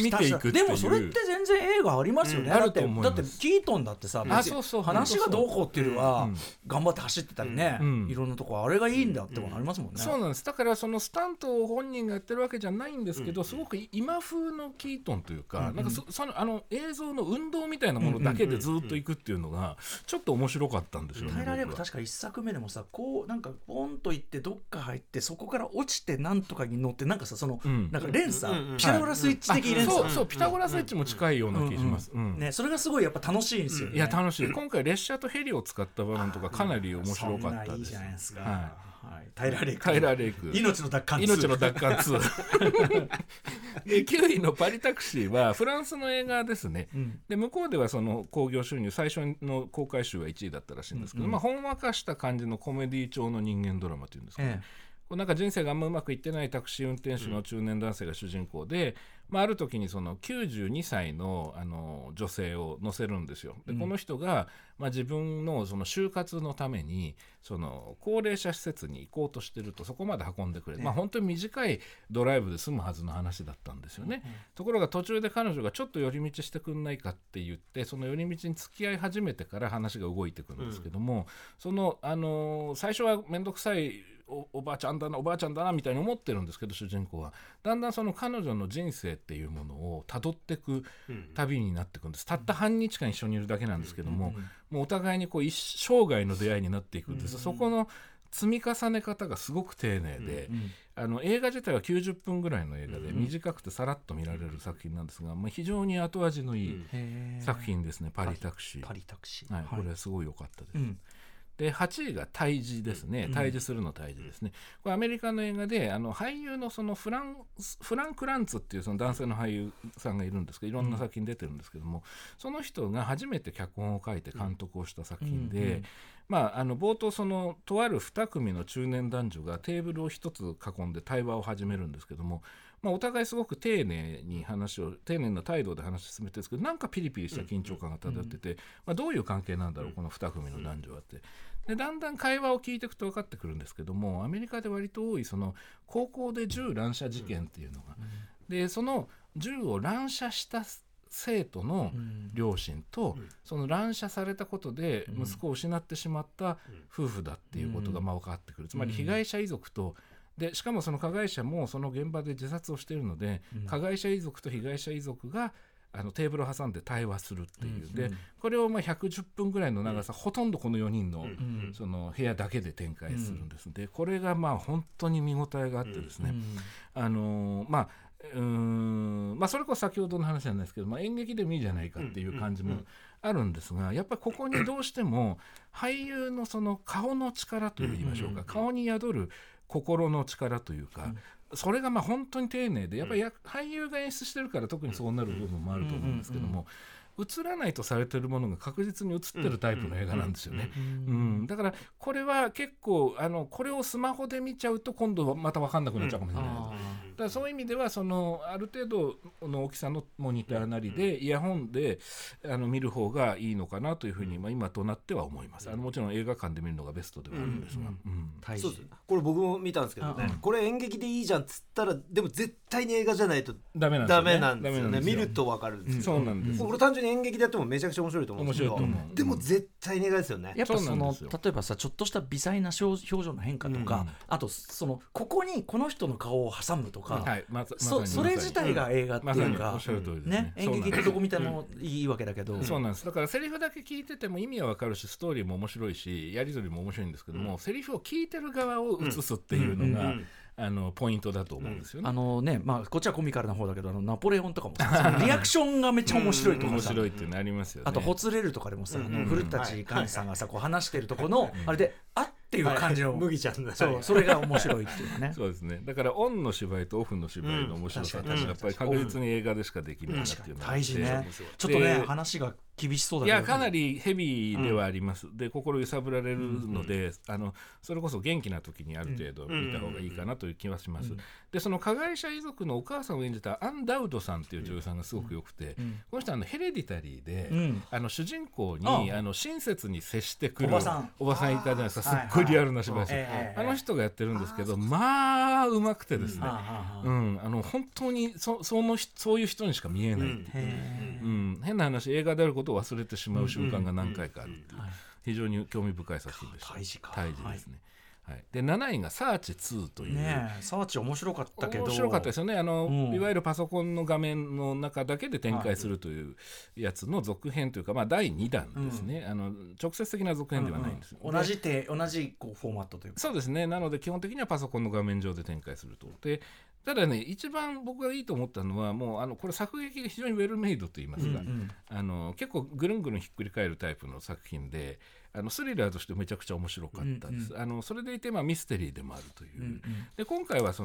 くっていう。 でもそれって全然映画ありますよね、 あると思います。 だってキートンだってさ、話がどうこうっていうよりは頑張って走ってたりね、いろんなとこあれがいいんだってもありますもんね。 そうなんです。だからそのスタントを本人がやってるわけじゃないんですけど、すごく今風のキートンというか、なんかその映像の運動みたいなものだけでずっといくっていうのがちょっと面白かったんですよね。 タイラー・レイク確か1作目でもさ、こうなんかポンと行ってどっか入ってそこから落ちてなんとかに乗ってなんかさ、そのなんか連鎖、ピタゴラスイッチ的連鎖、 そうピタゴラスイッチも近いような気がします。 ね、それがすごいやっぱ楽しいんですよね。 いや楽しい。今回列車とヘリを使った場面とかかなり面白かったです。 いいじゃないですか。タイラー・レイク命の奪還2で9位のパリタクシーはフランスの映画ですね、で向こうではその興行収入最初の公開収は1位だったらしいんですけど、ほんわかした感じのコメディ調の人間ドラマというんですかね、なんか人生があんまうまくいってないタクシー運転手の中年男性が主人公で、ある時にその92歳の、女性を乗せるんですよ。でこの人が、自分のその就活のためにその高齢者施設に行こうとしてると、そこまで運んでくれる、本当に短いドライブで済むはずの話だったんですよね。ところが途中で彼女がちょっと寄り道してくんないかって言って、その寄り道に付き合い始めてから話が動いてくるんですけども、その、最初は面倒くさいおばあちゃんだなみたいに思ってるんですけど、主人公はだんだんその彼女の人生っていうものを辿っていく旅になっていくんです。たった半日間一緒にいるだけなんですけども、もうお互いにこう生涯の出会いになっていくんです。そこの積み重ね方がすごく丁寧で、映画自体は90分ぐらいの映画で短くてさらっと見られる作品なんですが、非常に後味のいい作品ですね。パリタクシー、これはすごい良かったです。で8位が対峙ですね。対峙するの対峙ですね。これアメリカの映画で俳優のそのフラン・クランツっていうその男性の俳優さんがいるんですけど、いろんな作品出てるんですけども、その人が初めて脚本を書いて監督をした作品で、冒頭そのとある2組の中年男女がテーブルを1つ囲んで対話を始めるんですけども、お互いすごく丁寧な態度で話を進めてるんですけど、なんかピリピリした緊張感が漂ってて、どういう関係なんだろうこの2組の男女はって。でだんだん会話を聞いていくと分かってくるんですけども、アメリカで割と多いその高校で銃乱射事件っていうのが、でその銃を乱射した生徒の両親と、その乱射されたことで息子を失ってしまった夫婦だっていうことが分かってくる。つまり被害者遺族とで、しかもその加害者もその現場で自殺をしているので、加害者遺族と被害者遺族がテーブルを挟んで対話するっていう、でこれを110分ぐらいの長さ、ほとんどこの4人のその部屋だけで展開するんです。でこれが本当に見応えがあってですね、それこそ先ほどの話じゃないですけど、演劇でもいいじゃないかっていう感じもあるんですが、やっぱりここにどうしても俳優のその顔の力といいましょうか、顔に宿る心の力というか、それが本当に丁寧で、やっぱり俳優が演出してるから特にそうなる部分もあると思うんですけども、映らないとされてるものが確実に映ってるタイプの映画なんですよね。だからこれは結構これをスマホで見ちゃうと今度はまた分かんなくなっちゃうかもしれない。だからそういう意味ではそのある程度の大きさのモニターなりでイヤホンで見る方がいいのかなというふうに今となっては思います。もちろん映画館で見るのがベストではあるんですが、 そうです。これ僕も見たんですけどね、これ演劇でいいじゃんっつったら、でも絶対に映画じゃないとダメなんですよね。見ると分かるんですよ。 そうなんです。 これ単純に演劇でやってもめちゃくちゃ面白いと思うんですけど、でも絶対に映画ですよね。 やっぱその例えばさ、ちょっとした微細な表情の変化とか、あとそのここにこの人の顔を挟むとか、それ自体が映画っていうか、演劇ってどこみたいなのいいわけだけど、 そうなんです。だからセリフだけ聞いてても意味はわかるし、ストーリーも面白いし、やり取りも面白いんですけども、セリフを聞いてる側を映すっていうのがポイントだと思うんですよね。 こっちはコミカルな方だけど、ナポレオンとかもさリアクションがめっちゃ面白いとかさ、 面白いっていうのありますよね。 あとほつれるとかでもさ、古舘寛治さんがさこう話してるとこのあれであっていう感じの麦ちゃんだ。 それが面白いっていうね。 そうですね。だからオンの芝居とオフの芝居の面白さってやっぱり確実に映画でしかできないなっていうのが大事ね。ちょっとね話が厳しそうだいけど。 やかなりヘビーではあります、で心揺さぶられるので、それこそ元気な時にある程度見た方がいいかなという気はします、でその加害者遺族のお母さんを演じたアン・ダウドさんっていう女優さんがすごく良くて、この人ヘレディタリーで、主人公に親切に接してくるおばさんいたじゃないですか、すっごいリアルな芝居して、あの人がやってるんですけど、まあうまくてですね、本当にそういう人にしか見えないっていう、変な話、映画であることを忘れてしまう瞬間が何回かあるっていう、非常に興味深い作品でした。胎児ですね、はい、で7位がサーチ2という、 サーチ面白かったけど、 面白かったですよね。いわゆるパソコンの画面の中だけで展開するというやつの続編というか、第2弾ですね、直接的な続編ではないんです、 同じこうフォーマットというか。 そうですね。なので基本的にはパソコンの画面上で展開すると。でただね、一番僕がいいと思ったのは、もうこれ作劇が非常にウェルメイドといいますか、結構ぐるんぐるんひっくり返るタイプの作品で、スリラーとしてめちゃくちゃ面白かったです、それでいてミステリーでもあるという、で今回は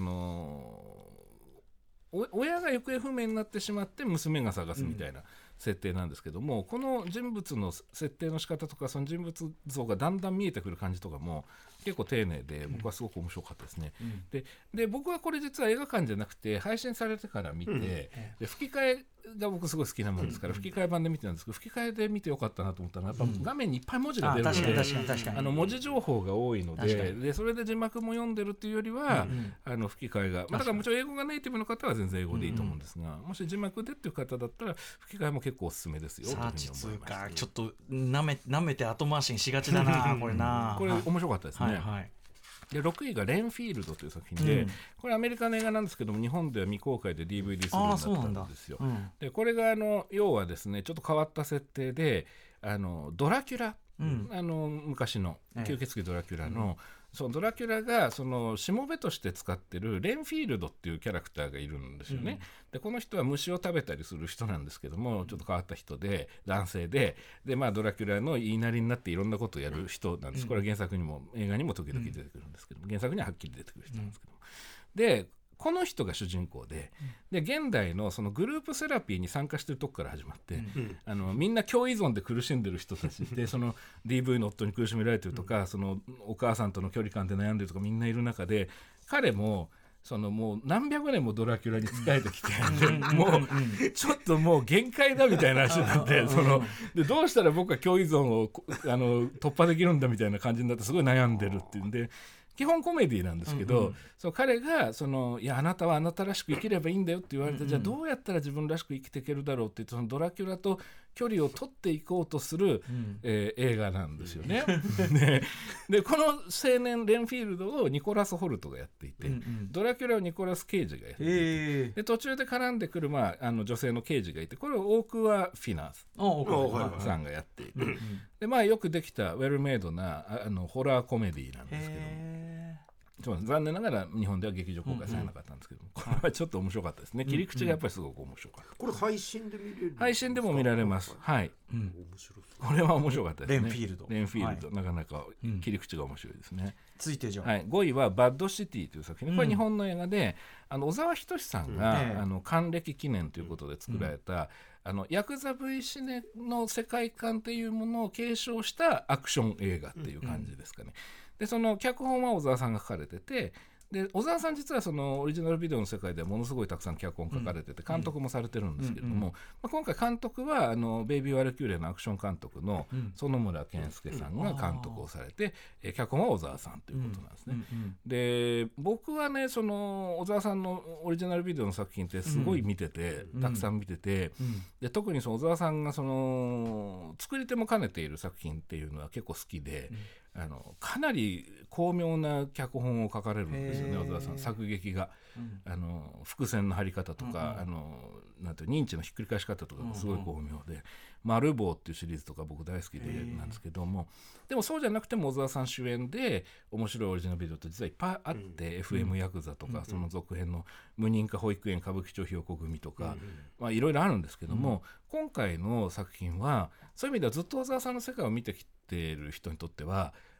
親が行方不明になってしまって娘が探すみたいな設定なんですけども、この人物の設定の仕方とか、その人物像がだんだん見えてくる感じとかも結構丁寧で、僕はすごく面白かったですね、で僕はこれ実は映画館じゃなくて配信されてから見て、で吹き替えが僕すごい好きなものですから、吹き替え版で見てたんですけど、吹き替えで見てよかったなと思ったのは、やっぱ画面にいっぱい文字が出るので、文字情報が多いので、それで字幕も読んでるっていうよりは、吹き替えが、だからもちろん英語がネイティブの方は全然英語でいいと思うんですが、もし字幕でっていう方だったら吹き替えも結構おすすめですよ。 サーチ2か、ちょっと舐めて後回しにしがちだなこれ面白かったですね。で6位がレンフィールドという作品で、これアメリカの映画なんですけども、日本では未公開で DVD するようになったんですよ。でこれが要はですね、ちょっと変わった設定で、ドラキュラ、昔の吸血鬼ドラキュラの、そのドラキュラがそのしもべとして使ってるレンフィールドっていうキャラクターがいるんですよね、でこの人は虫を食べたりする人なんですけども、ちょっと変わった人で男性で、ドラキュラの言いなりになっていろんなことをやる人なんです。これは原作にも映画にも時々出てくるんですけども、原作にははっきり出てくる人なんですけども、でこの人が主人公で、現代のそのグループセラピーに参加してるとこから始まって、みんな共依存で苦しんでる人たちで、その DV の夫に苦しめられてるとか、そのお母さんとの距離感で悩んでるとかみんないる中で、彼ももう何百年もドラキュラに仕えてきてもうちょっともう限界だみたいな話になってでどうしたら僕は共依存を突破できるんだみたいな感じになって、すごい悩んでるっていうんで、基本コメディなんですけど、彼がいやあなたはあなたらしく生きればいいんだよって言われて、じゃあどうやったら自分らしく生きていけるだろうって言って、そのドラキュラと距離を取っていこうとする、映画なんですよね。でこの青年レンフィールドをニコラス・ホルトがやっていて、ドラキュラをニコラス・ケイジがやっていて、で途中で絡んでくる、女性の刑事がいて、これをオークワ・フィナーさんがやっていて、でよくできたウェルメイドなホラーコメディなんですけど、残念ながら日本では劇場公開されなかったんですけど、これはちょっと面白かったですね。切り口がやっぱりすごく面白かった。 これ配信で見れる？ 配信でも見られます。はい、 面白そう。 これは面白かったですね。 レンフィールド、 なかなか切り口が面白いですね。 続いてじゃあ、 5位はバッドシティという作品、これ日本の映画で、小沢仁志さんが、還暦記念ということで作られた、ヤクザ V シネの世界観っていうものを継承したアクション映画っていう感じですかね。でその脚本は小沢さんが書かれてて、で小沢さん実はそのオリジナルビデオの世界ではものすごいたくさん脚本書かれてて、監督もされてるんですけれども、今回監督はベイビー・ワルキューレのアクション監督の園村健介さんが監督をされて、脚本は小沢さんということなんですね。で僕はね、その小沢さんのオリジナルビデオの作品ってすごい見てて、たくさん見てて、で特にその小沢さんがその作り手も兼ねている作品っていうのは結構好きで、かなり巧妙な脚本を書かれるんですよね、小沢さん。作劇が、伏線の張り方とか、なんて認知のひっくり返し方とかすごい巧妙で、丸棒っていうシリーズとか僕大好きでなんですけども、でもそうじゃなくても小沢さん主演で面白いオリジナルビデオって実はいっぱいあって、FM ヤクザとか、その続編の無認可保育園歌舞伎町ひよこ組とか、いろいろあるんですけども、今回の作品はそういう意味ではずっと小沢さんの世界を見てきている人にとっては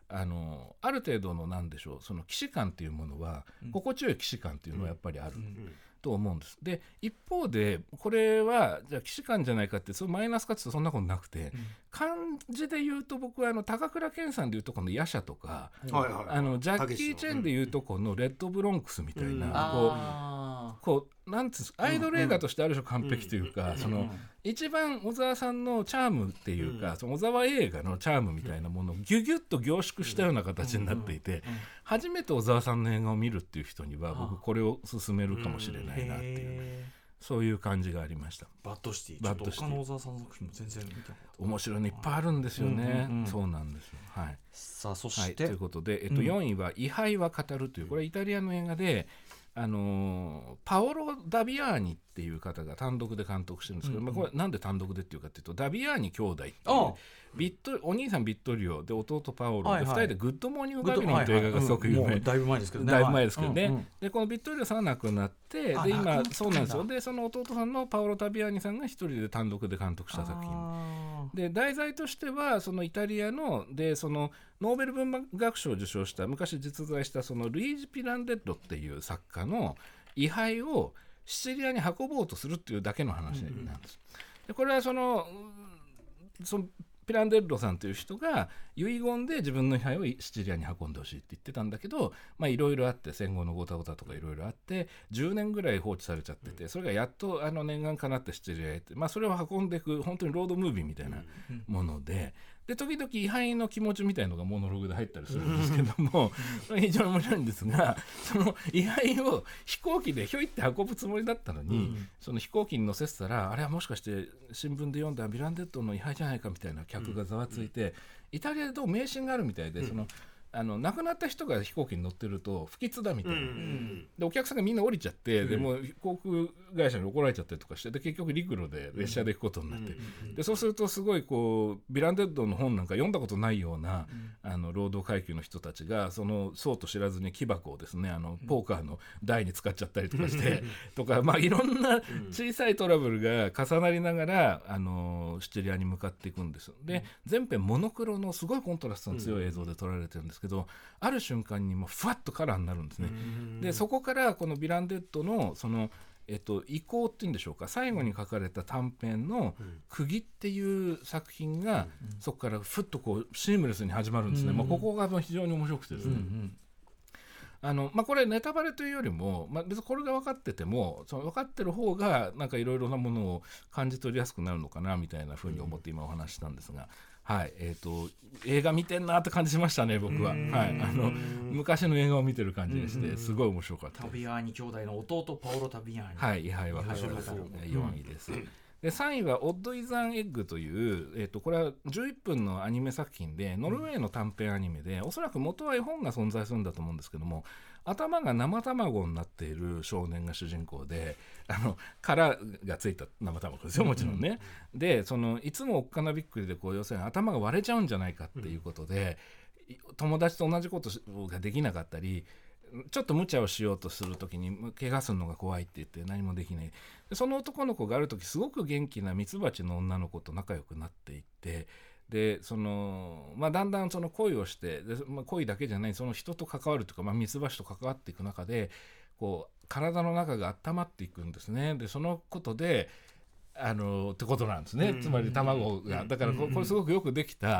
ある程度のなんでしょう、その既視感っていうものは、心地よい既視感っていうのはやっぱりある、と思うんです。で一方でこれはじゃあ既視感じゃないかってそうマイナスかってそんなことなくて、漢字で言うと僕は高倉健さんでいうとこの夜叉とか、ジャッキー・チェンでいうとこのレッドブロンクスみたいな、こうなんつうアイドル映画としてある種完璧というか、その一番小沢さんのチャームっていうか、その小沢映画のチャームみたいなものをギュギュッと凝縮したような形になっていて、初めて小沢さんの映画を見るっていう人には僕これを勧めるかもしれないなっていう、そういう感じがありました。 バッドシティ、ちょっと他の小沢さんの作品も全然見たことない。 面白いのいっぱいあるんですよね。そうなんですよ。はい。 さあそして、 ということで、4位は位牌は語るという、これはイタリアの映画でパオロ・ダビアーニっていう方が単独で監督してるんですけど、これなんで単独でっていうかっていうと、ダビアーニ兄弟っていうお兄さんビットリオで弟パオロで2人でグッドモーニング・バビロンという映画がすごく有名、 だいぶ前ですけどね。 だいぶ前ですけどね。でこのビットリオさんは亡くなって、で今そうなんですよ。でその弟さんのパオロ・ダビアーニさんが一人で単独で監督した作品で、題材としてはそのイタリアのでそのノーベル文学賞を受賞した昔実在したそのルイージ・ピランデッロっていう作家の位牌をシチリアに運ぼうとするっていうだけの話なんです。でこれはそのピランデッロさんという人が遺言で自分の位牌をシチリアに運んでほしいって言ってたんだけど、いろいろあって戦後のごたごたとかいろいろあって10年ぐらい放置されちゃってて、それがやっと念願かなってシチリアへって、それを運んでいく本当にロードムービーみたいなもので、で時々位牌の気持ちみたいのがモノログで入ったりするんですけども非常に面白いんですが、その位牌を飛行機でひょいって運ぶつもりだったのに、その飛行機に乗せてたら、あれはもしかして新聞で読んだビランデッドの位牌じゃないかみたいな客がざわついて、イタリアでどう迷信があるみたいで、その亡くなった人が飛行機に乗ってると不吉だみたいな、でお客さんがみんな降りちゃって、でもう航空会社に怒られちゃったりとかして、で結局陸路で列車で行くことになって、でそうするとすごいこうビランデッドの本なんか読んだことないような労働階級の人たちがそうと知らずに木箱をですねポーカーの台に使っちゃったりとかしてとか、いろんな小さいトラブルが重なりながらシチリアに向かっていくんです。で全編モノクロのすごいコントラストの強い映像で撮られてるんですけど、ある瞬間にもうふわっとカラーになるんですね。でそこからこのビランデッドの遺構っていうんでしょうか、最後に書かれた短編の釘っていう作品が、そこからふっとこうシームレスに始まるんですね。ここが非常に面白くてですね、これネタバレというよりも、別にこれが分かってても分かってる方がなんかいろいろなものを感じ取りやすくなるのかなみたいなふうに思って今お話したんですが、映画見てんなって感じしましたね僕は。昔の映画を見てる感じでして、すごい面白かったです。 タビアーニ兄弟の弟パオロ・タビアーニ、 位牌は4位です。で3位はオッド・イザン・エッグという、これは11分のアニメ作品で、ノルウェーの短編アニメで、おそらく元は絵本が存在するんだと思うんですけども、頭が生卵になっている少年が主人公で、殻がついた生卵ですよもちろんね。でいつもおっかなびっくりで要するに頭が割れちゃうんじゃないかっていうことで、友達と同じことができなかったり、ちょっと無茶をしようとするときに怪我するのが怖いって言って何もできない。でその男の子がある時すごく元気なミツバチの女の子と仲良くなっていって、でだんだん恋をしてで、恋だけじゃない人と関わるというか、ミツバチと関わっていく中で体の中が温まっていくんですね。でそのことでってことなんですね。つまり卵がだからこれすごくよくできた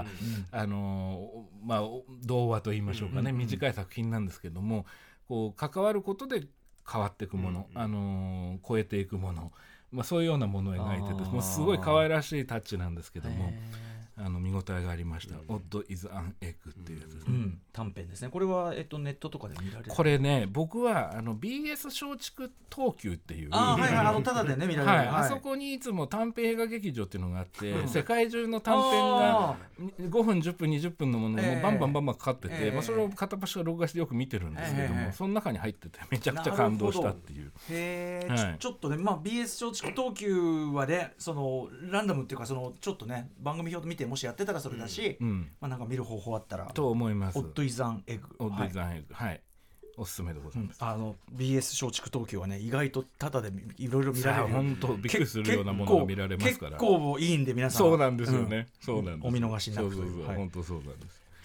童話と言いましょうかね、短い作品なんですけども、関わることで変わっていくもの、超えていくもの、そういうようなものを描いてて、もうすごい可愛らしいタッチなんですけども、見応えがありました。オッド・イズ・アン・エッグっていうやつですね。 短編ですね。これは、ネットとかで見られる。 これね、僕はBS 松竹東急っていうただでね見られる、 あそこにいつも短編映画劇場っていうのがあって、世界中の短編が5分10分20分のものもバンバンかかってて、それを片っ端から録画してよく見てるんですけども、その中に入っててめちゃくちゃ感動したっていう。 ちょっとね、BS 松竹東急はね、ランダムっていうかちょっとね番組表見てもしやってたらそれだし、なんか見る方法あったらと思います。 オッド・イザン・エッグ、 おすすめでございます。 BS 松竹東急はね、意外とタダでいろいろ見られる。 本当びっくりするようなものが見られますから。 結構いいんで皆さん。 そうなんですよね。そうなんです。 お見逃しなく。 本当そうなんです。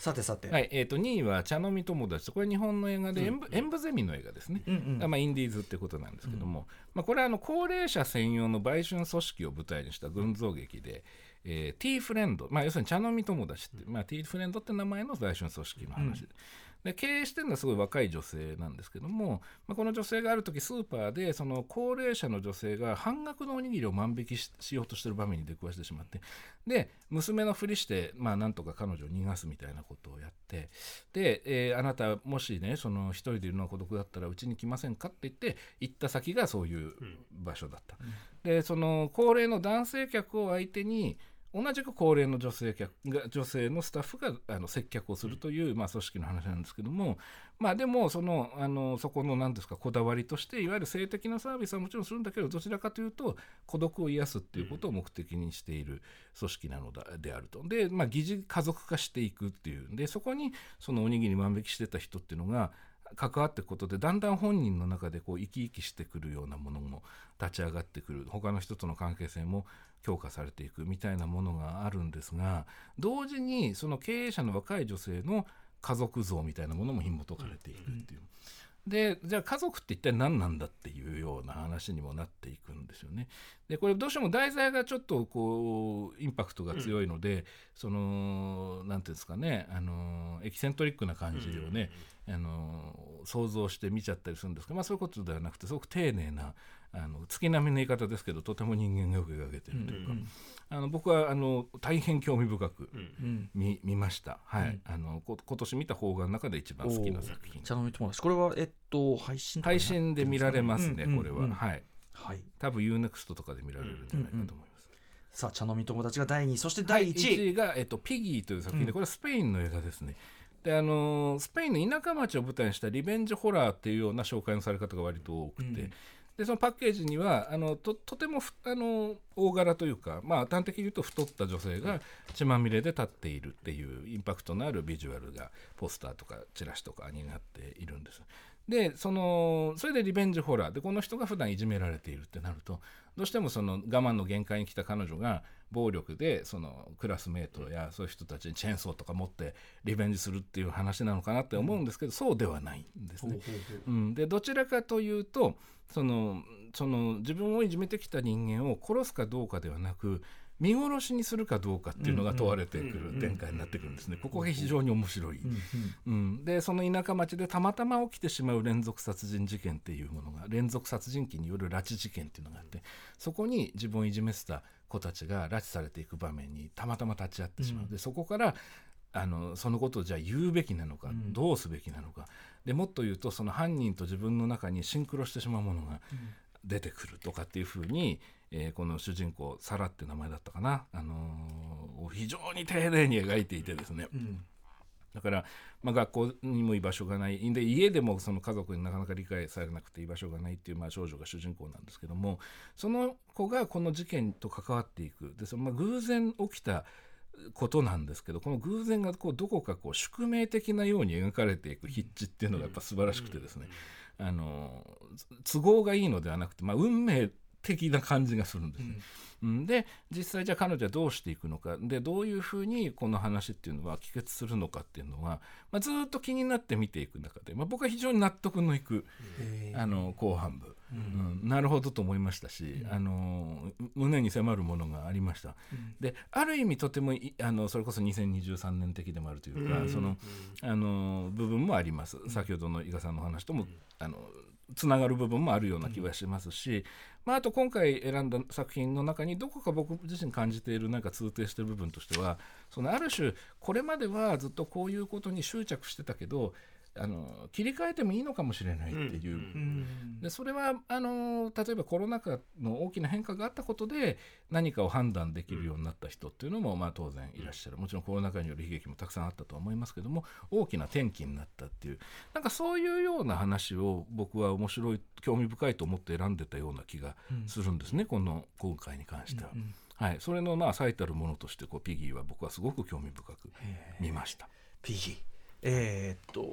さてさて、 はい、2位は茶飲み友達と、これ日本の映画で演舞ゼミの映画ですね、まあ、インディーズってことなんですけども、まあ、これは高齢者専用の売春組織を舞台にした群像劇で、ティーフレンド、まあ、要するに茶飲み友達って、まあ、ティーフレンドって名前の売春組織の話で、経営してるのはすごい若い女性なんですけども、まあ、この女性がある時スーパーでその高齢者の女性が半額のおにぎりを万引き しようとしてる場面に出くわしてしまって、で娘のふりして、まあ、なんとか彼女を逃がすみたいなことをやって、で、あなたもしねその一人でいるのが孤独だったらうちに来ませんかって言って行った先がそういう場所だった、でその高齢の男性客を相手に同じく高齢の女性のスタッフが接客をするという、まあ、組織の話なんですけども、まあ、でもそこの何ですかこだわりとしていわゆる性的なサービスはもちろんするんだけど、どちらかというと孤独を癒すっていうことを目的にしている組織なのであると。で、まあ、疑似家族化していくっていう。でそこにそのおにぎり万引きしてた人っていうのが関わっていくことで、だんだん本人の中でこう生き生きしてくるようなものも立ち上がってくる、他の人との関係性も強化されていくみたいなものがあるんですが、同時にその経営者の若い女性の家族像みたいなものも紐解かれていくっていう、でじゃあ家族って一体何なんだっていうような話にもなっていくんですよね。でこれどうしても題材がちょっとこうインパクトが強いので、そのなんていうんですかね、エキセントリックな感じをね、想像して見ちゃったりするんですけど、まあ、そういうことではなくてすごく丁寧な月並みの言い方ですけど、とても人間がよく描けてるというか、僕は大変興味深く見ました、はい、今年見た邦画の中で一番好きな作品。 茶飲み友達、これは配信で見られますね、これは、はい、 はい、 多分 UNEXT とかで見られるんじゃないかと思います。 さあ茶飲み友達が第2位、そして第1位、 1位が、ピギーという作品で、これはスペインの映画ですね。でスペインの田舎町を舞台にしたリベンジホラーっていうような紹介のされ方が割と多くて、でそのパッケージにはとても大柄というか、まあ、端的に言うと太った女性が血まみれで立っているっていうインパクトのあるビジュアルがポスターとかチラシとかになっているんです。でそれでリベンジホラーで、この人が普段いじめられているってなると、どうしてもその我慢の限界に来た彼女が暴力でそのクラスメートやそういう人たちにチェーンソーとか持ってリベンジするっていう話なのかなって思うんですけど、そうではないんですね。でどちらかというとその自分をいじめてきた人間を殺すかどうかではなく、見殺しにするかどうかっていうのが問われてくる展開になってくるんですね。ここが非常に面白い、でその田舎町でたまたま起きてしまう連続殺人事件っていうものが、連続殺人鬼による拉致事件っていうのがあって、そこに自分をいじめてた子たちが拉致されていく場面にたまたま立ち会ってしまう。でそこからそのことをじゃあ言うべきなのか、どうすべきなのか、でもっと言うとその犯人と自分の中にシンクロしてしまうものが出てくるとかっていうふうに、この主人公サラって名前だったかな、非常に丁寧に描いていてですね、だから、まあ、学校にも居場所がないで、家でもその家族になかなか理解されなくて居場所がないっていう、まあ、少女が主人公なんですけども、その子がこの事件と関わっていく。でまあ、偶然起きたことなんですけど、この偶然がどこか宿命的なように描かれていく筆致っていうのがやっぱ素晴らしくてですね、都合がいいのではなくて、まあ、運命的な感じがするんですね。で実際じゃあ彼女はどうしていくのかで、どういうふうにこの話っていうのは帰結するのかっていうのは、まあ、ずっと気になって見ていく中で、まあ、僕は非常に納得のいく後半部、なるほどと思いましたし、胸に迫るものがありました。である意味とてもそれこそ2023年的でもあるというか、その部分もあります。先ほどの伊賀さんの話ともつながる部分もあるような気はしますし、まあ、あと今回選んだ作品の中にどこか僕自身感じているなんか通底している部分としては、そのある種これまではずっとこういうことに執着してたけど切り替えてもいいのかもしれないっていう、でそれは例えばコロナ禍の大きな変化があったことで何かを判断できるようになった人っていうのも、まあ、当然いらっしゃる。もちろんコロナ禍による悲劇もたくさんあったとは思いますけども、大きな転機になったっていう、なんかそういうような話を僕は面白い興味深いと思って選んでたような気がするんですね、今回に関しては。はい、それのまあ最たるものとしてピギーは僕はすごく興味深く見ました。 ピギー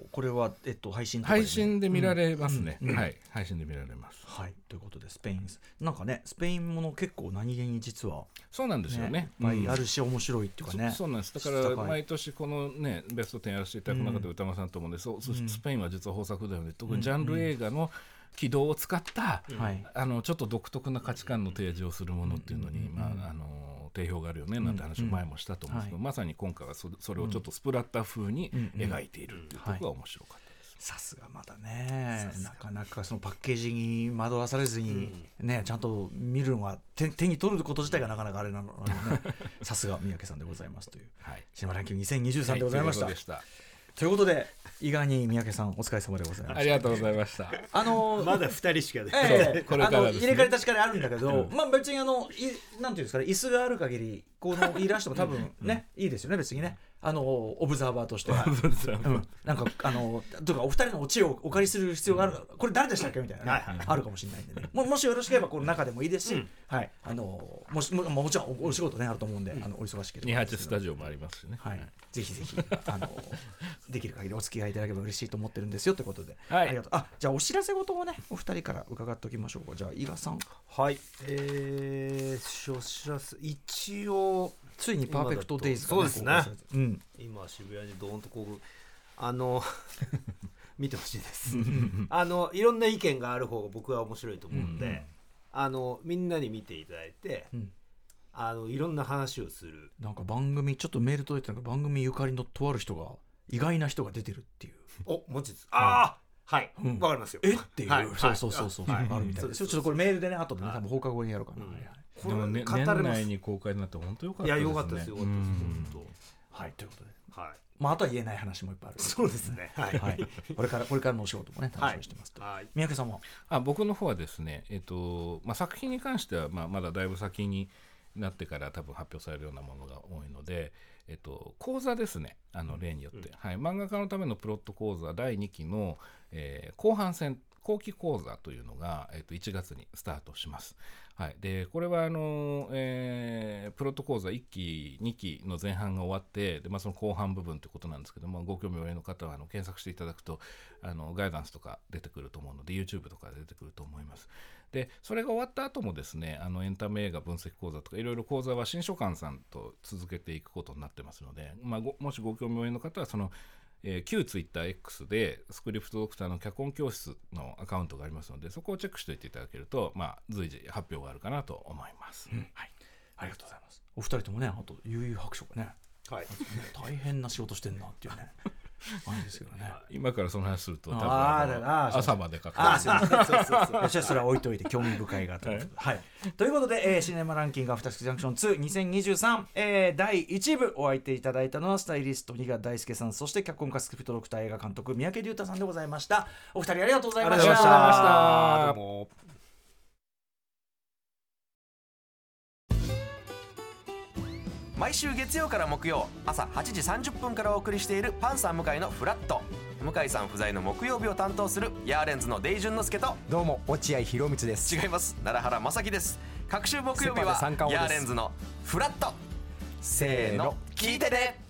これは、配信とか配信で見られますね、 うんはい、配信で見られます。 はい、ということでスペインなんかね、スペインもの結構何気に実はそうなんですよね、 いっぱいあるし、面白いっていうかね。 そうなんです。だから毎年このねベスト10やらせていただく中で歌間さんともね、スペインは実は豊作だよね、特にジャンル映画の軌道を使った、ちょっと独特な価値観の提示をするものっていうのに、定評があるよねなんて話を前もしたと思うんですけど、まさに今回はそれをちょっとスプラッター風に描いているっていうところが面白かったです。 さすがまだね、なかなかそのパッケージに惑わされずに、ね、ちゃんと見るのが手に取ること自体がなかなかあれなので、ね、さすが三宅さんでございますという、シネマランキング2023でございました。ということで、伊賀に三宅さんお疲れ様でございました。 ありがとうございました。 まだ2人しかね、 これからですね、 入れ替え確かにあるんだけど、別になんていうんですかね、椅子がある限りこのいらしても多分ね、いいですよね、別にね、オブザーバーとしてはなんかとかお二人のオチをお借りする必要がある、これ誰でしたっけみたいな、あるかもしれないんでね、もしよろしければこの中でもいいですし、はい、もちろんお仕事ねあると思うんで、お忙しければ 28スタジオもありますしね、 はい、ぜひぜひできる限りお付き合いいただければ嬉しいと思ってるんですよということで、ありがとう。じゃあお知らせ事をね、お二人から伺っておきましょうか。じゃあ伊賀さん。 はい、お知らせ、一応ついにパーフェクトデイズ、 そうですね、今渋谷にドーンとこう見てほしいですいろんな意見がある方が僕は面白いと思うんで、みんなに見ていただいて、いろんな話をする。 なんか番組ちょっとメール届いて、なんか番組ゆかりのとある人が、意外な人が出てるっていう。 マジです。はい、わかりますよ。 っていう、そうあるみたいです。ちょっとこれメールでね、後でね、多分放課後にやろうかな。 でも年内に公開になって本当良かったですね。 いや、良かったですよ、本当。 はい、ということで、あとは言えない話もいっぱいある。 そうですね。 これからのお仕事もね、楽しみにしてますと。三宅さんも。 僕の方はですね、作品に関してはまだだいぶ先になってから多分発表されるようなものが多いので、講座ですね、例によって、漫画家のためのプロット講座第2期の、後半戦後期講座というのが、1月にスタートします。でこれはプロット講座1期2期の前半が終わってで、その後半部分ということなんですけども、ご興味おありの方は検索していただくとガイダンスとか出てくると思うので YouTube とか出てくると思います。でそれが終わった後もですね、エンタメ映画分析講座とかいろいろ講座は新書館さんと続けていくことになってますので、もしご興味おありの方はその旧 TwitterX でスクリプトドクターの脚本教室のアカウントがありますので、そこをチェックしておいていただけると、随時発表があるかなと思います。 ありがとうございます。お二人ともね、あと悠々白書がね、大変な仕事してんなっていうねあれですけどね。 今からその話すると多分朝までかかる。 それは置いといて興味深いがということで、ということで、シネマランキングアフターシックスジャンクション2 2023、第1部お相手いただいたのはスタイリスト比嘉大輔さん、そして脚本家スクリプトドクター映画監督三宅龍太さんでございました。お二人ありがとうございました。 どうも。 毎週月曜から木曜朝8時30分からお送りしているパンサー向井のフラット。向井さん不在の木曜日を担当するヤーレンズのデイジュンの之介と、 どうも落合博満です。 違います、奈良原正樹です。各週木曜日はヤーレンズのフラット。せーの聞いてね。